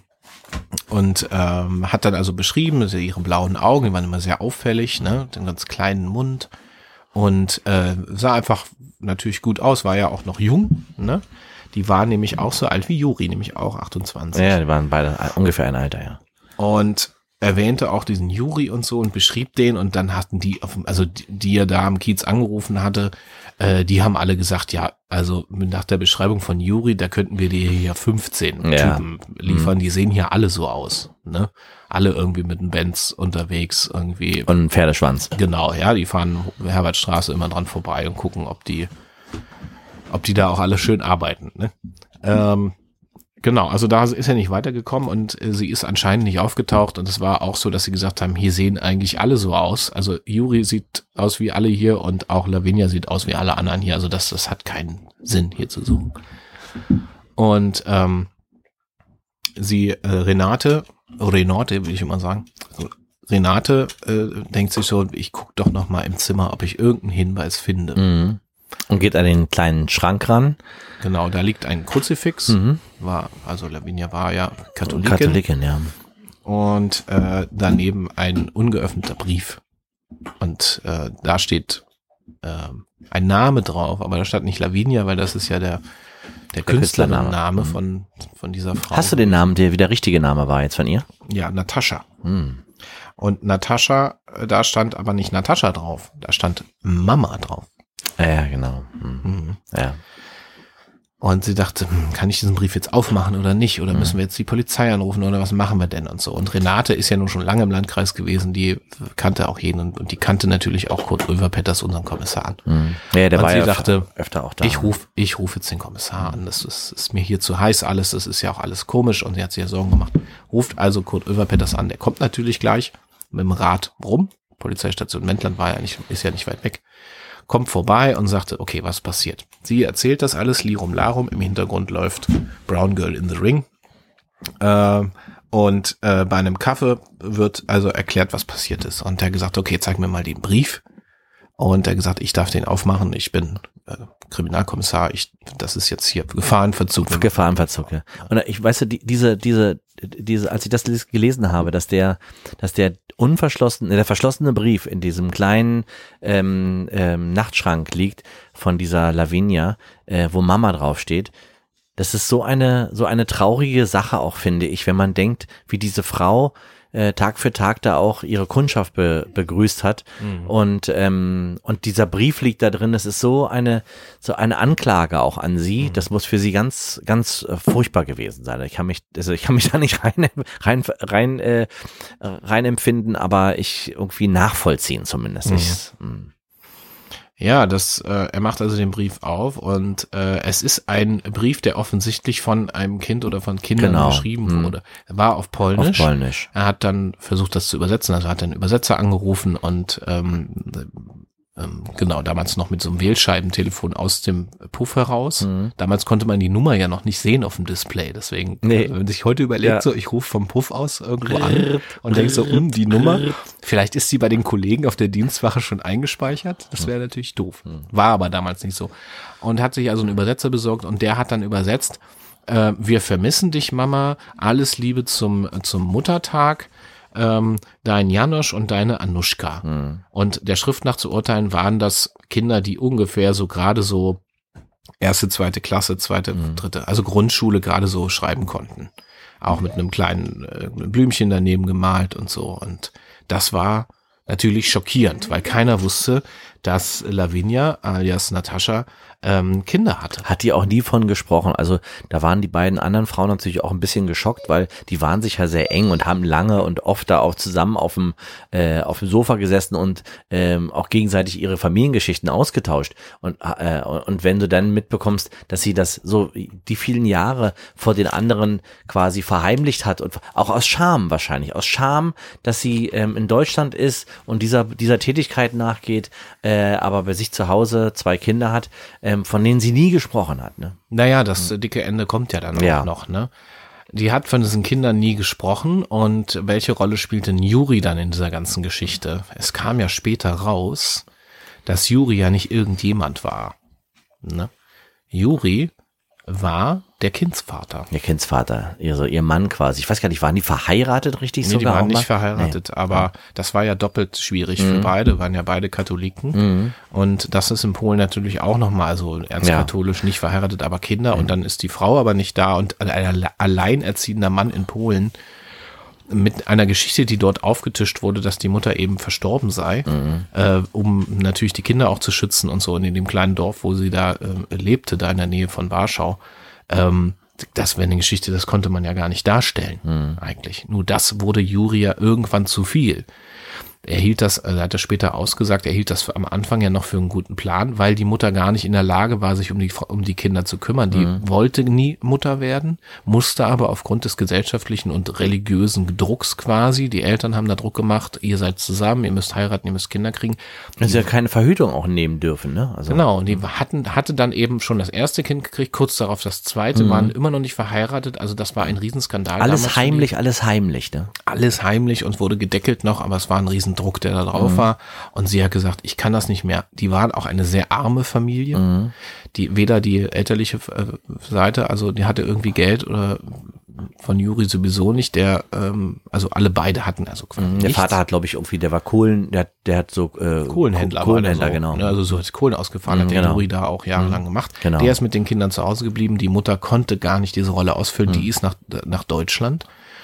hat dann also beschrieben, also ihre blauen Augen, die waren immer sehr auffällig, ne, den ganz kleinen Mund, und sah einfach natürlich gut aus, war ja auch noch jung, ne? Die war nämlich auch so alt wie Juri, nämlich auch 28. Ja, die waren beide ungefähr ein Alter, ja. Und erwähnte auch diesen Juri und so und beschrieb den, und dann hatten die, die er da am Kiez angerufen hatte, die haben alle gesagt, ja, also nach der Beschreibung von Juri, da könnten wir dir hier 15 Typen liefern, die sehen hier alle so aus, ne? Alle irgendwie mit einem Benz unterwegs irgendwie. Und ein Pferdeschwanz. Genau, ja, die fahren Herbertstraße immer dran vorbei und gucken, ob die da auch alle schön arbeiten, ne? Genau, also da ist er nicht weitergekommen und sie ist anscheinend nicht aufgetaucht, und es war auch so, dass sie gesagt haben, hier sehen eigentlich alle so aus. Also Juri sieht aus wie alle hier und auch Lavinia sieht aus wie alle anderen hier. Also das hat keinen Sinn, hier zu suchen. Und Renate will ich immer sagen, Renate denkt sich so, ich gucke doch noch mal im Zimmer, ob ich irgendeinen Hinweis finde. Mhm. Und geht an den kleinen Schrank ran. Genau, da liegt ein Kruzifix. Lavinia war ja Katholikin. Katholikin, ja. Und daneben ein ungeöffneter Brief. Und da steht ein Name drauf, aber da stand nicht Lavinia, weil das ist ja der Künstlername von dieser Frau. Hast du den Namen, der wie der richtige Name war jetzt von ihr? Ja, Natascha. Und Natascha, da stand aber nicht Natascha drauf, da stand Mama drauf. Ja, genau. Ja. Und sie dachte, kann ich diesen Brief jetzt aufmachen oder nicht? Oder müssen wir jetzt die Polizei anrufen oder was machen wir denn und so? Und Renate ist ja nun schon lange im Landkreis gewesen, die kannte auch jeden und die kannte natürlich auch Kurt Röver-Petters, unseren Kommissar, an. Ja, der und war sie ja dachte, öfter auch da. Ich ruf jetzt den Kommissar an, das ist mir hier zu heiß alles, das ist ja auch alles komisch, und sie hat sich ja Sorgen gemacht. Ruft also Kurt Röver-Petters an, der kommt natürlich gleich mit dem Rad rum. Polizeistation Wendland ist ja nicht weit weg. Kommt vorbei und sagte, okay, was passiert? Sie erzählt das alles, Lirum Larum, im Hintergrund läuft Brown Girl in the Ring. Und bei einem Kaffee wird also erklärt, was passiert ist. Und der gesagt, okay, zeig mir mal den Brief. Und er gesagt, ich darf den aufmachen, ich bin Kriminalkommissar, das ist jetzt hier Gefahrenverzug. Gefahrenverzug, ja. Und ich weiß, als ich das gelesen habe, dass der verschlossene Brief in diesem kleinen Nachtschrank liegt von dieser Lavinia, wo Mama draufsteht. Das ist so eine traurige Sache auch, finde ich, wenn man denkt, wie diese Frau Tag für Tag da auch ihre Kundschaft begrüßt hat. Und dieser Brief liegt da drin. Das ist so eine Anklage auch an sie. Das muss für sie ganz, ganz furchtbar gewesen sein. Ich kann mich da nicht rein empfinden, aber ich irgendwie nachvollziehen zumindest. Ja, er macht also den Brief auf, und es ist ein Brief, der offensichtlich von einem Kind oder von Kindern geschrieben wurde. Er war auf Polnisch. Er hat dann versucht, das zu übersetzen, also hat einen Übersetzer angerufen und damals noch mit so einem Wählscheibentelefon aus dem Puff heraus. Damals konnte man die Nummer ja noch nicht sehen auf dem Display, deswegen, wenn man sich heute überlegt, so, ich rufe vom Puff aus irgendwo an und denke so, die Nummer, vielleicht ist sie bei den Kollegen auf der Dienstwache schon eingespeichert, das wäre natürlich doof. War aber damals nicht so. Und hat sich also einen Übersetzer besorgt, und der hat dann übersetzt, wir vermissen dich, Mama, alles Liebe zum Muttertag, dein Janosch und deine Anuschka. Und der Schrift nach zu urteilen waren das Kinder, die ungefähr so gerade so 1., 2. Klasse, 2., 3., also Grundschule gerade so schreiben konnten. Auch mit einem kleinen Blümchen daneben gemalt und so. Und das war natürlich schockierend, weil keiner wusste, dass Lavinia alias Natascha Kinder hatte. Hat die auch nie von gesprochen. Also da waren die beiden anderen Frauen natürlich auch ein bisschen geschockt, weil die waren sich ja sehr eng und haben lange und oft da auch zusammen auf dem Sofa gesessen und auch gegenseitig ihre Familiengeschichten ausgetauscht. Und wenn du dann mitbekommst, dass sie das so die vielen Jahre vor den anderen quasi verheimlicht hat und auch aus Scham wahrscheinlich, aus Scham, dass sie in Deutschland ist und dieser Tätigkeit nachgeht, aber bei sich zu Hause 2 Kinder hat, von denen sie nie gesprochen hat. Ne? Naja, das dicke Ende kommt ja dann auch noch. Ne? Die hat von diesen Kindern nie gesprochen und welche Rolle spielte Juri dann in dieser ganzen Geschichte? Es kam ja später raus, dass Juri ja nicht irgendjemand war. Ne? Juri war der Kindsvater. Der Kindsvater, also ihr Mann quasi. Ich weiß gar nicht, waren die verheiratet richtig nee, sogar? Die waren nicht verheiratet, aber das war ja doppelt schwierig für beide, waren ja beide Katholiken. Und das ist in Polen natürlich auch nochmal, also erzkatholisch nicht verheiratet, aber Kinder und dann ist die Frau aber nicht da und ein alleinerziehender Mann in Polen mit einer Geschichte, die dort aufgetischt wurde, dass die Mutter eben verstorben sei, um natürlich die Kinder auch zu schützen und so. Und in dem kleinen Dorf, wo sie da lebte, da in der Nähe von Warschau, das wäre eine Geschichte, das konnte man ja gar nicht darstellen, eigentlich. Nur das wurde Juri ja irgendwann zu viel. Er hielt das, hat er später ausgesagt, er hielt das am Anfang ja noch für einen guten Plan, weil die Mutter gar nicht in der Lage war, sich um die Kinder zu kümmern. Die wollte nie Mutter werden, musste aber aufgrund des gesellschaftlichen und religiösen Drucks quasi, die Eltern haben da Druck gemacht, ihr seid zusammen, ihr müsst heiraten, ihr müsst Kinder kriegen. Also ja keine Verhütung auch nehmen dürfen, ne? Also, genau, und die hatte dann eben schon das erste Kind gekriegt, kurz darauf das zweite, waren immer noch nicht verheiratet, also das war ein Riesenskandal. Alles heimlich, ne? Alles heimlich und wurde gedeckelt noch, aber es war ein Riesendruck, der da drauf war. Und sie hat gesagt, ich kann das nicht mehr. Die waren auch eine sehr arme Familie. Die weder die elterliche Seite, also die hatte irgendwie Geld oder von Juri sowieso nicht. Also alle beide hatten also quasi der Vater hat, glaube ich, irgendwie, der war Kohlen, der hat so Kohlenhändler, so, genau. Also so hat Kohlen ausgefahren, hat der Juri da auch jahrelang gemacht. Genau. Der ist mit den Kindern zu Hause geblieben. Die Mutter konnte gar nicht diese Rolle ausfüllen. Die ist nach Deutschland.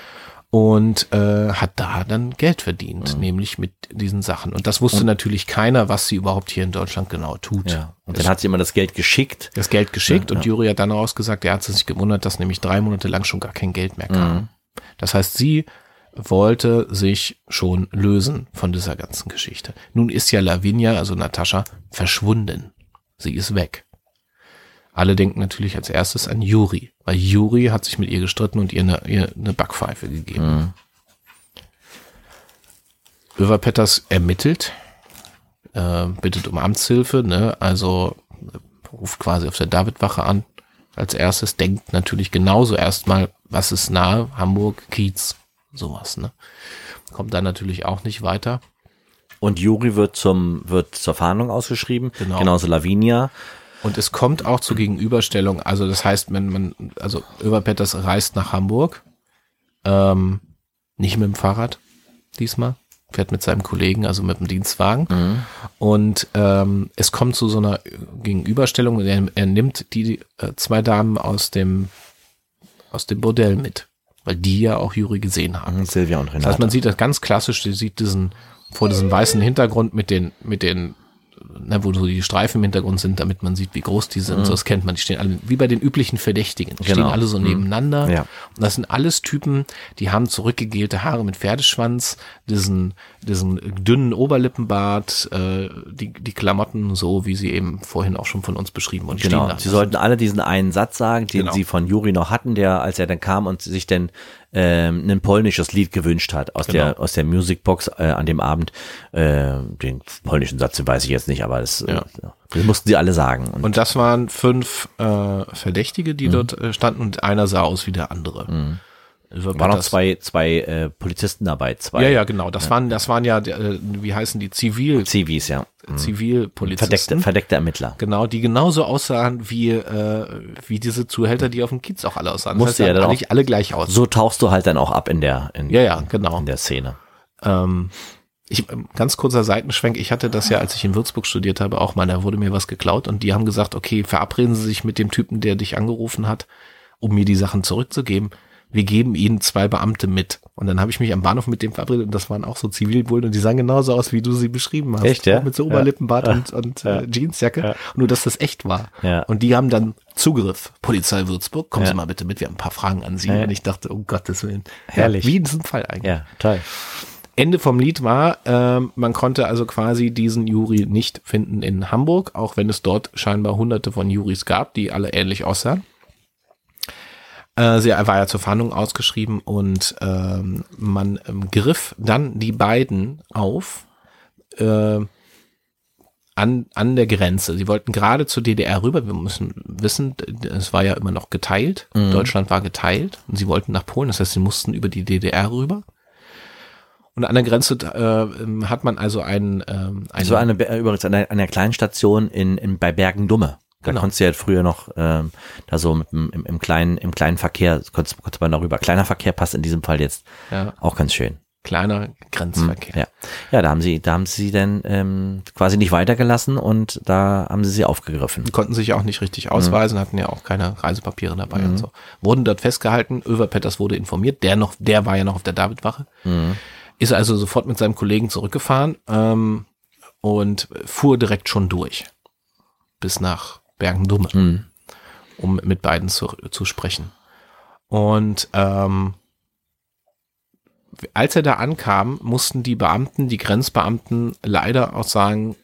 Und hat da dann Geld verdient, nämlich mit diesen Sachen. Und das wusste natürlich keiner, was sie überhaupt hier in Deutschland genau tut. Ja. Und dann hat sie immer das Geld geschickt. Und Juri hat dann ausgesagt, er hat sich gewundert, dass nämlich 3 Monate lang schon gar kein Geld mehr kam. Das heißt, sie wollte sich schon lösen von dieser ganzen Geschichte. Nun ist ja Lavinia, also Natascha, verschwunden. Sie ist weg. Alle denken natürlich als erstes an Juri, weil Juri hat sich mit ihr gestritten und ihr eine Backpfeife gegeben. Över Petters ermittelt, bittet um Amtshilfe, ne? Also ruft quasi auf der Davidwache an. Als erstes denkt natürlich genauso erstmal, was ist nahe, Hamburg, Kiez, sowas, ne? Kommt dann natürlich auch nicht weiter. Und Juri wird zur Fahndung ausgeschrieben, genauso Lavinia. Und es kommt auch zur Gegenüberstellung, also das heißt, also Över Petters reist nach Hamburg, nicht mit dem Fahrrad diesmal, fährt mit seinem Kollegen, also mit dem Dienstwagen. Und es kommt zu so einer Gegenüberstellung, er nimmt die 2 Damen aus dem Bordell mit, weil die ja auch Juri gesehen haben. Silvia und Renate. Das heißt, man sieht das ganz klassisch, sie sieht vor diesem weißen Hintergrund mit den wo so die Streifen im Hintergrund sind, damit man sieht, wie groß die sind. So, das kennt man. Die stehen alle, wie bei den üblichen Verdächtigen. Die stehen alle so nebeneinander. Ja. Und das sind alles Typen, die haben zurückgegelte Haare mit Pferdeschwanz, diesen dünnen Oberlippenbart, die Klamotten, so wie sie eben vorhin auch schon von uns beschrieben wurden. Genau. Sie sollten alle diesen einen Satz sagen, den sie von Juri noch hatten, der, als er dann kam und sich dann ein polnisches Lied gewünscht hat aus der Musicbox an dem Abend. Den polnischen Satz, den weiß ich jetzt nicht, aber das mussten sie alle sagen. Und das waren 5 Verdächtige, die dort standen und einer sah aus wie der andere. Waren noch zwei Polizisten dabei. Ja, genau. Das waren ja, wie heißen die? Zivis, ja. Zivilpolizisten. Verdeckte Ermittler. Genau, die genauso aussahen wie diese Zuhälter, die auf dem Kiez auch alle aussahen. Das heißt, dann nicht alle gleich aus. So tauchst du halt dann auch ab in der Szene. Ganz kurzer Seitenschwenk. Ich hatte das ja, als ich in Würzburg studiert habe, auch mal, da wurde mir was geklaut und die haben gesagt, okay, verabreden Sie sich mit dem Typen, der dich angerufen hat, um mir die Sachen zurückzugeben. wir geben Ihnen 2 Beamte mit. Und dann habe ich mich am Bahnhof mit dem verabredet und das waren auch so Zivilbullen und die sahen genauso aus, wie du sie beschrieben hast. Echt, ja? Auch mit so Oberlippenbart und Jeansjacke. Ja. Nur, dass das echt war. Ja. Und die haben dann Zugriff. Polizei Würzburg, kommen Sie mal bitte mit, wir haben ein paar Fragen an Sie. Ja. Und ich dachte, um Gottes Willen. Herrlich. Wie in diesem Fall eigentlich. Ja, toll. Ende vom Lied war, man konnte also quasi diesen Jury nicht finden in Hamburg, auch wenn es dort scheinbar hunderte von Jurys gab, die alle ähnlich aussahen. Sie war ja zur Fahndung ausgeschrieben und man griff dann die beiden auf an der Grenze. Sie wollten gerade zur DDR rüber. Wir müssen wissen, es war ja immer noch geteilt. Deutschland war geteilt und sie wollten nach Polen. Das heißt, sie mussten über die DDR rüber. Und an der Grenze hat man also übrigens an einer kleinen Station bei Bergen-Dumme. Da konntest du ja früher noch da so im kleinen Verkehr konnte man darüber. Kleiner Verkehr passt in diesem Fall jetzt auch ganz schön. Kleiner Grenzverkehr. Ja, da haben sie dann quasi nicht weitergelassen und da haben sie aufgegriffen. Die konnten sich auch nicht richtig ausweisen, hatten ja auch keine Reisepapiere dabei und so. Wurden dort festgehalten. Överpetters wurde informiert. Der war ja noch auf der Davidwache. Ist also sofort mit seinem Kollegen zurückgefahren und fuhr direkt schon durch bis nach Bergen-Dumme, um mit beiden zu sprechen. Und als er da ankam, mussten die Grenzbeamten leider auch sagen,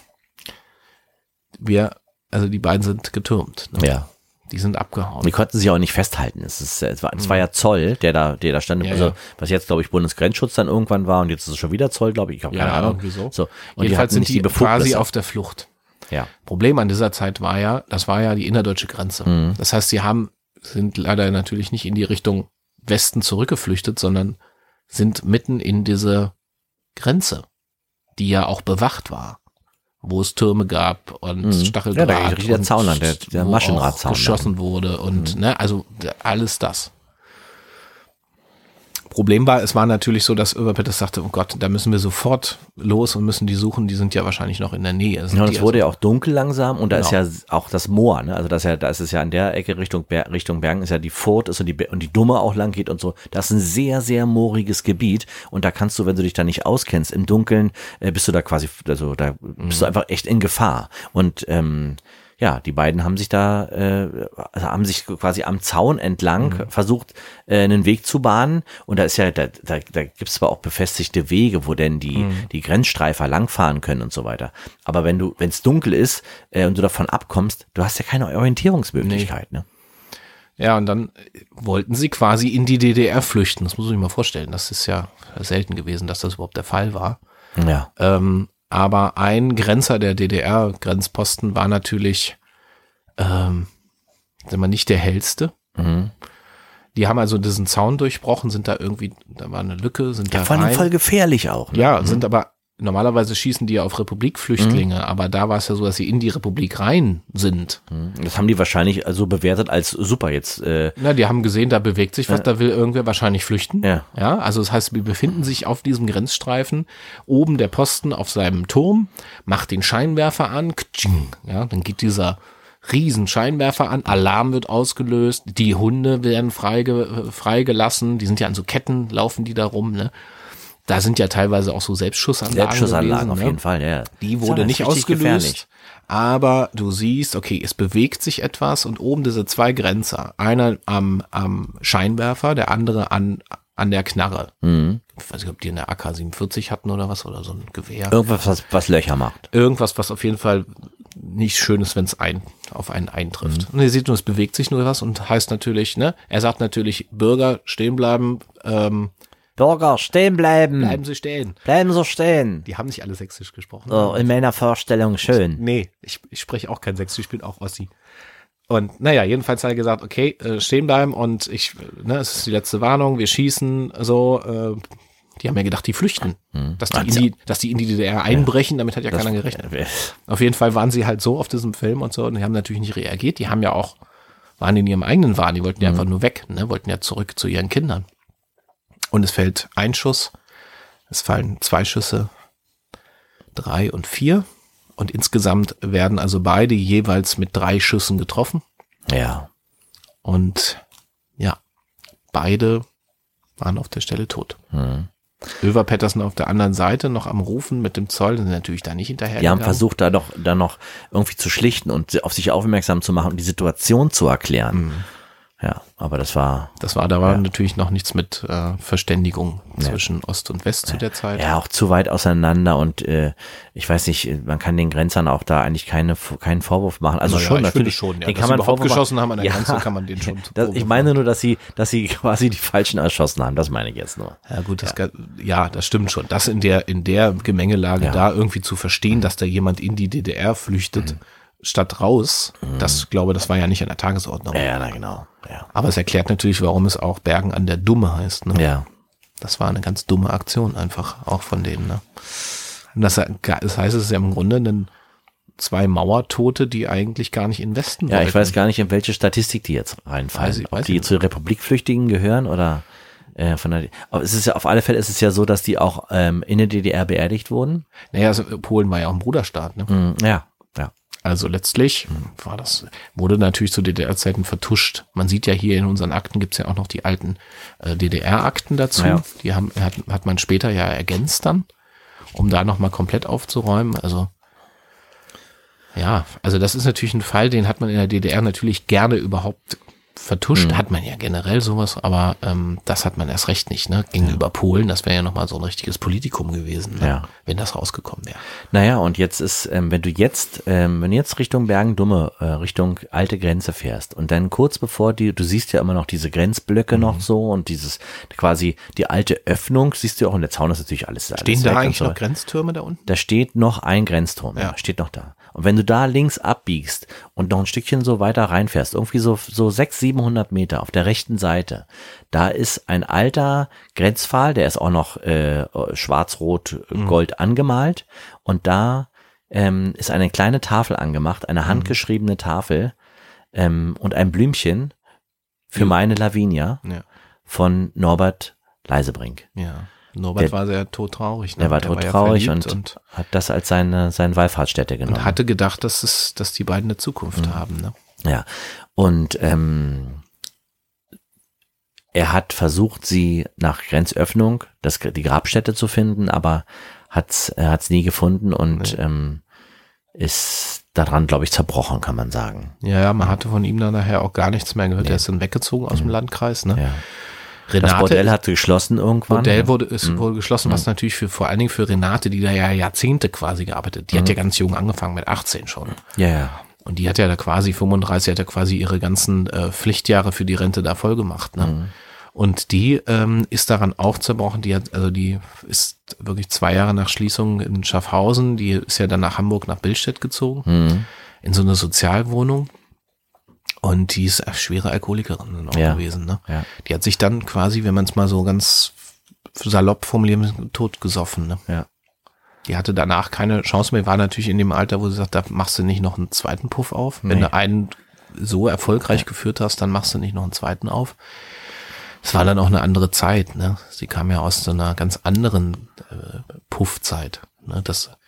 die beiden sind getürmt. Ne? Ja. Die sind abgehauen. Die konnten sich auch nicht festhalten. Es war ja Zoll, der da stand. Was jetzt, glaube ich, Bundesgrenzschutz dann irgendwann war und jetzt ist es schon wieder Zoll, glaube ich. Ich habe keine Ahnung. So. Und jedenfalls sind die quasi auf der Flucht. Ja. Problem an dieser Zeit war ja, das war ja die innerdeutsche Grenze. Das heißt, sind leider natürlich nicht in die Richtung Westen zurückgeflüchtet, sondern sind mitten in diese Grenze, die ja auch bewacht war, wo es Türme gab und Stacheldraht. Ja, der Zaun, der Maschendrahtzaun. Geschossen wurde und also alles das. Problem war, es war natürlich so, dass Överpetters sagte, oh Gott, da müssen wir sofort los und müssen die suchen, die sind ja wahrscheinlich noch in der Nähe. Es wurde ja auch dunkel langsam und da ist ja auch das Moor, ne? Also da ist es ja an der Ecke Richtung Bergen ist ja die Furt ist und die Dumme auch lang geht und so. Das ist ein sehr, sehr mooriges Gebiet und da kannst du, wenn du dich da nicht auskennst, im Dunkeln bist du da quasi, also da bist du einfach echt in Gefahr und die beiden haben sich quasi am Zaun entlang versucht, einen Weg zu bahnen. Und da ist ja, da gibt es zwar auch befestigte Wege, wo denn die Grenzstreifer langfahren können und so weiter. Aber wenn es dunkel ist und du davon abkommst, du hast ja keine Orientierungsmöglichkeit, ne? Ja, und dann wollten sie quasi in die DDR flüchten. Das muss ich mir mal vorstellen. Das ist ja selten gewesen, dass das überhaupt der Fall war. Ja. Aber ein Grenzer der DDR-Grenzposten war natürlich, nicht der hellste. Die haben also diesen Zaun durchbrochen, da war eine Lücke, sind da rein. Vor allem voll gefährlich auch. Ne? Ja, sind aber, normalerweise schießen die ja auf Republikflüchtlinge, aber da war es ja so, dass sie in die Republik rein sind. Das haben die wahrscheinlich so bewertet als super jetzt. Die haben gesehen, da bewegt sich was, da will irgendwer wahrscheinlich flüchten. Ja, also das heißt, wir befinden sich auf diesem Grenzstreifen, oben der Posten auf seinem Turm, macht den Scheinwerfer an, dann geht dieser riesen Scheinwerfer an, Alarm wird ausgelöst, die Hunde werden freigelassen, die sind ja an so Ketten, laufen die da rum, ne? Da sind ja teilweise auch so Selbstschussanlagen gewesen, auf jeden Fall, ja. Die wurde nicht ausgelöst, gefährlich. Aber du siehst, okay, es bewegt sich etwas und oben diese 2 Grenzer, einer am Scheinwerfer, der andere an der Knarre. Ich weiß nicht, ob die eine AK-47 hatten oder was, oder so ein Gewehr. Irgendwas, was Löcher macht. Irgendwas, was auf jeden Fall nicht schön ist, wenn es auf einen eintrifft. Und ihr seht nur, es bewegt sich nur was und heißt natürlich, ne, er sagt natürlich, Bürger stehen bleiben, Bürger, stehen bleiben. Bleiben Sie stehen. Bleiben Sie stehen. Die haben nicht alle sächsisch gesprochen. Oh, in meiner Vorstellung schön. Nee, ich spreche auch kein sächsisch, ich bin auch Ossi. Und jedenfalls hat er gesagt, okay, stehen bleiben und es ist die letzte Warnung, wir schießen, so, die haben ja gedacht, die flüchten. Dass die in die DDR einbrechen, damit hat ja keiner gerechnet. Auf jeden Fall waren sie halt so auf diesem Film und so und die haben natürlich nicht reagiert, die haben ja auch, waren in ihrem eigenen Wahn, die wollten ja einfach nur weg, ne, wollten ja zurück zu ihren Kindern. Und es fällt ein Schuss, es fallen 2 Schüsse, 3 und 4 und insgesamt werden also beide jeweils mit 3 Schüssen getroffen. Ja. Und beide waren auf der Stelle tot. Över Pettersen auf der anderen Seite noch am Rufen mit dem Zoll, sind natürlich da nicht hinterher. Die haben versucht, da noch irgendwie zu schlichten und auf sich aufmerksam zu machen und die Situation zu erklären. Ja, aber da war natürlich noch nichts mit Verständigung zwischen Ost und West zu der Zeit. Ja, auch zu weit auseinander und ich weiß nicht, man kann den Grenzern auch da eigentlich keinen Vorwurf machen. Also schon, natürlich schon, ja. Den kann man geschossen haben an der Grenze, kann man den schon ich meine nur, dass sie quasi die Falschen erschossen haben, das meine ich jetzt nur. Ja gut, das stimmt schon. Das in der Gemengelage da irgendwie zu verstehen, dass da jemand in die DDR flüchtet, statt raus, das war ja nicht an der Tagesordnung. Ja, na genau. Ja. Aber es erklärt natürlich, warum es auch Bergen an der Dumme heißt. Ne? Ja. Das war eine ganz dumme Aktion einfach, auch von denen. Ne? Das heißt, es ist ja im Grunde 2 Mauertote, die eigentlich gar nicht in den Westen wollten. Ja, ich weiß gar nicht, in welche Statistik die jetzt reinfallen. Ob die zu Republikflüchtigen gehören oder aber es ist ja, auf alle Fälle ist es ja so, dass die auch in der DDR beerdigt wurden. Naja, Polen war ja auch ein Bruderstaat. Ne? Ja. Also letztlich wurde natürlich zu DDR-Zeiten vertuscht. Man sieht ja hier in unseren Akten gibt's ja auch noch die alten DDR-Akten dazu. Ja. Die hat man später ja ergänzt dann, um da nochmal komplett aufzuräumen. Also das ist natürlich ein Fall, den hat man in der DDR natürlich gerne überhaupt vertuscht, hat man ja generell sowas, aber das hat man erst recht nicht, ne? Gegenüber Polen, das wäre ja nochmal so ein richtiges Politikum gewesen, ne? Wenn das rausgekommen wäre. Naja, und jetzt ist, wenn du jetzt Richtung Bergen-Dumme, Richtung alte Grenze fährst und dann kurz bevor du siehst ja immer noch diese Grenzblöcke noch so und dieses quasi die alte Öffnung, siehst du auch, und der Zaun ist natürlich alles Stehen da eigentlich noch Grenztürme da unten? Da steht noch ein Grenzturm, steht noch da. Und wenn du da links abbiegst und noch ein Stückchen so weiter reinfährst, irgendwie so 600-700 Meter auf der rechten Seite, da ist ein alter Grenzpfahl, der ist auch noch schwarz-rot-gold angemalt und da ist eine kleine Tafel angemacht, eine handgeschriebene Tafel und ein Blümchen für meine Lavinia von Norbert Leisebrink. Ja. Norbert war sehr todtraurig. Ne? Der war todtraurig und hat das als seine Wallfahrtsstätte genommen. Und hatte gedacht, dass die beiden eine Zukunft haben. Ne? Ja, und er hat versucht, sie nach Grenzöffnung, die Grabstätte zu finden, aber er hat's nie gefunden und ist daran, glaube ich, zerbrochen, kann man sagen. Ja, man hatte von ihm dann nachher auch gar nichts mehr gehört. Er ist dann weggezogen aus dem Landkreis. Ne? Ja. Das Bordell hat geschlossen irgendwann. Bordell wurde geschlossen, was natürlich vor allen Dingen für Renate, die da ja Jahrzehnte quasi gearbeitet, die hat ja ganz jung angefangen, mit 18 schon. Ja. Und die hat ja da quasi 35, hat ja quasi ihre ganzen Pflichtjahre für die Rente da voll gemacht, ne? Und die ist daran auch zerbrochen, die ist wirklich 2 Jahre nach Schließung in Schaffhausen, die ist ja dann nach Hamburg, nach Billstedt gezogen, in so eine Sozialwohnung. Und die ist schwere Alkoholikerin auch gewesen, ne? Ja. Die hat sich dann quasi, wenn man es mal so ganz salopp formulieren, totgesoffen, ne? Ja. Die hatte danach keine Chance mehr, war natürlich in dem Alter, wo sie sagt, da machst du nicht noch einen zweiten Puff auf. Nee. Wenn du einen so erfolgreich geführt hast, dann machst du nicht noch einen zweiten auf. Es war dann auch eine andere Zeit, ne? Sie kam ja aus so einer ganz anderen Puffzeit, ne?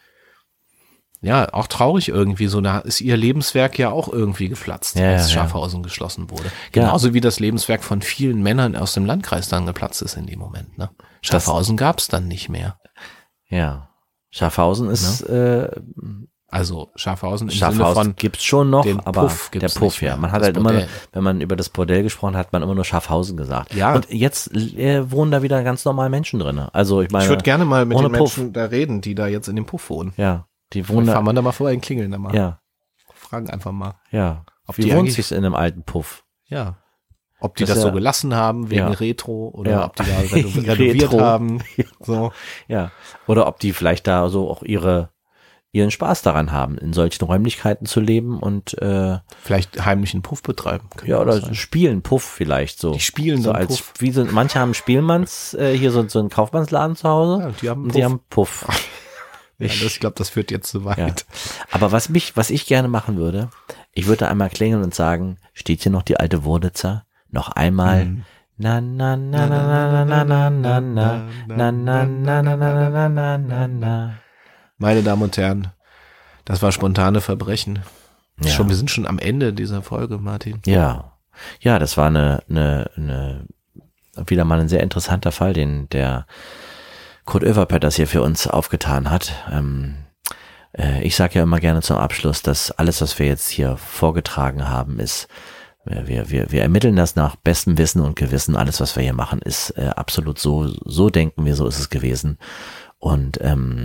Auch traurig irgendwie, so da ist ihr Lebenswerk ja auch irgendwie geplatzt, als Schaffhausen geschlossen wurde. Genauso wie das Lebenswerk von vielen Männern aus dem Landkreis dann geplatzt ist in dem Moment, ne? Schaffhausen gab's dann nicht mehr. Ja. Schaffhausen ist, also Schaffhausen im Sinne von gibt's schon noch, aber der Puff, ja. Man hat halt immer, wenn man über das Bordell gesprochen hat, man immer nur Schaffhausen gesagt. Ja. Und jetzt wohnen da wieder ganz normal Menschen drin. Also ich meine, ich würde gerne mal mit den Menschen da reden, die da jetzt in dem Puff wohnen. Ja. Die wohnen. Fahren wir da mal vorbei, klingeln da mal. Ja. Fragen einfach mal. Ja. Wie wohnt sich in einem alten Puff? Ja. Ob die das so gelassen haben, wegen Retro, oder ob die da renoviert haben. So. Ja. Oder ob die vielleicht da so auch ihren Spaß daran haben, in solchen Räumlichkeiten zu leben und vielleicht heimlich einen Puff betreiben. Ja, oder spielen Puff vielleicht so. Die spielen so als Puff. Manche haben Spielmanns, hier so einen Kaufmannsladen zu Hause. Ja, die haben Die haben Puff. Ich glaube, das führt jetzt zu weit. Ja. Aber was ich gerne machen würde, ich würde einmal klingeln und sagen, steht hier noch die alte Wurlitzer? Noch einmal. Na na na na na na na na na na na na na na na na. Meine Damen und Herren, das war spontane Verbrechen. Wir sind schon am Ende dieser Folge, Martin. Ja. Ja, das war eine wieder mal ein sehr interessanter Fall, den der Kurt Överpetters hier für uns aufgetan hat. Ich sage ja immer gerne zum Abschluss, dass alles, was wir jetzt hier vorgetragen haben, ist, wir ermitteln das nach bestem Wissen und Gewissen. Alles, was wir hier machen, ist absolut so denken wir, so ist es gewesen. Und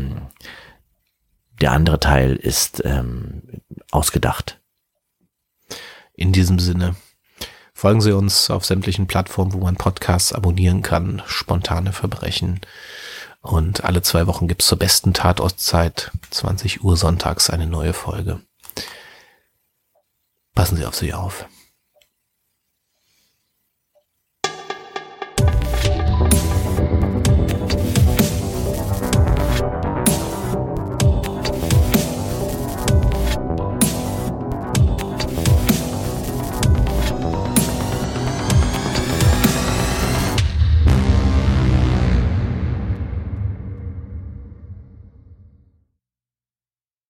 der andere Teil ist ausgedacht. In diesem Sinne, folgen Sie uns auf sämtlichen Plattformen, wo man Podcasts abonnieren kann, spontane Verbrechen. Und alle 2 Wochen gibt's zur besten Tatortzeit, 20 Uhr sonntags, eine neue Folge. Passen Sie auf sich auf.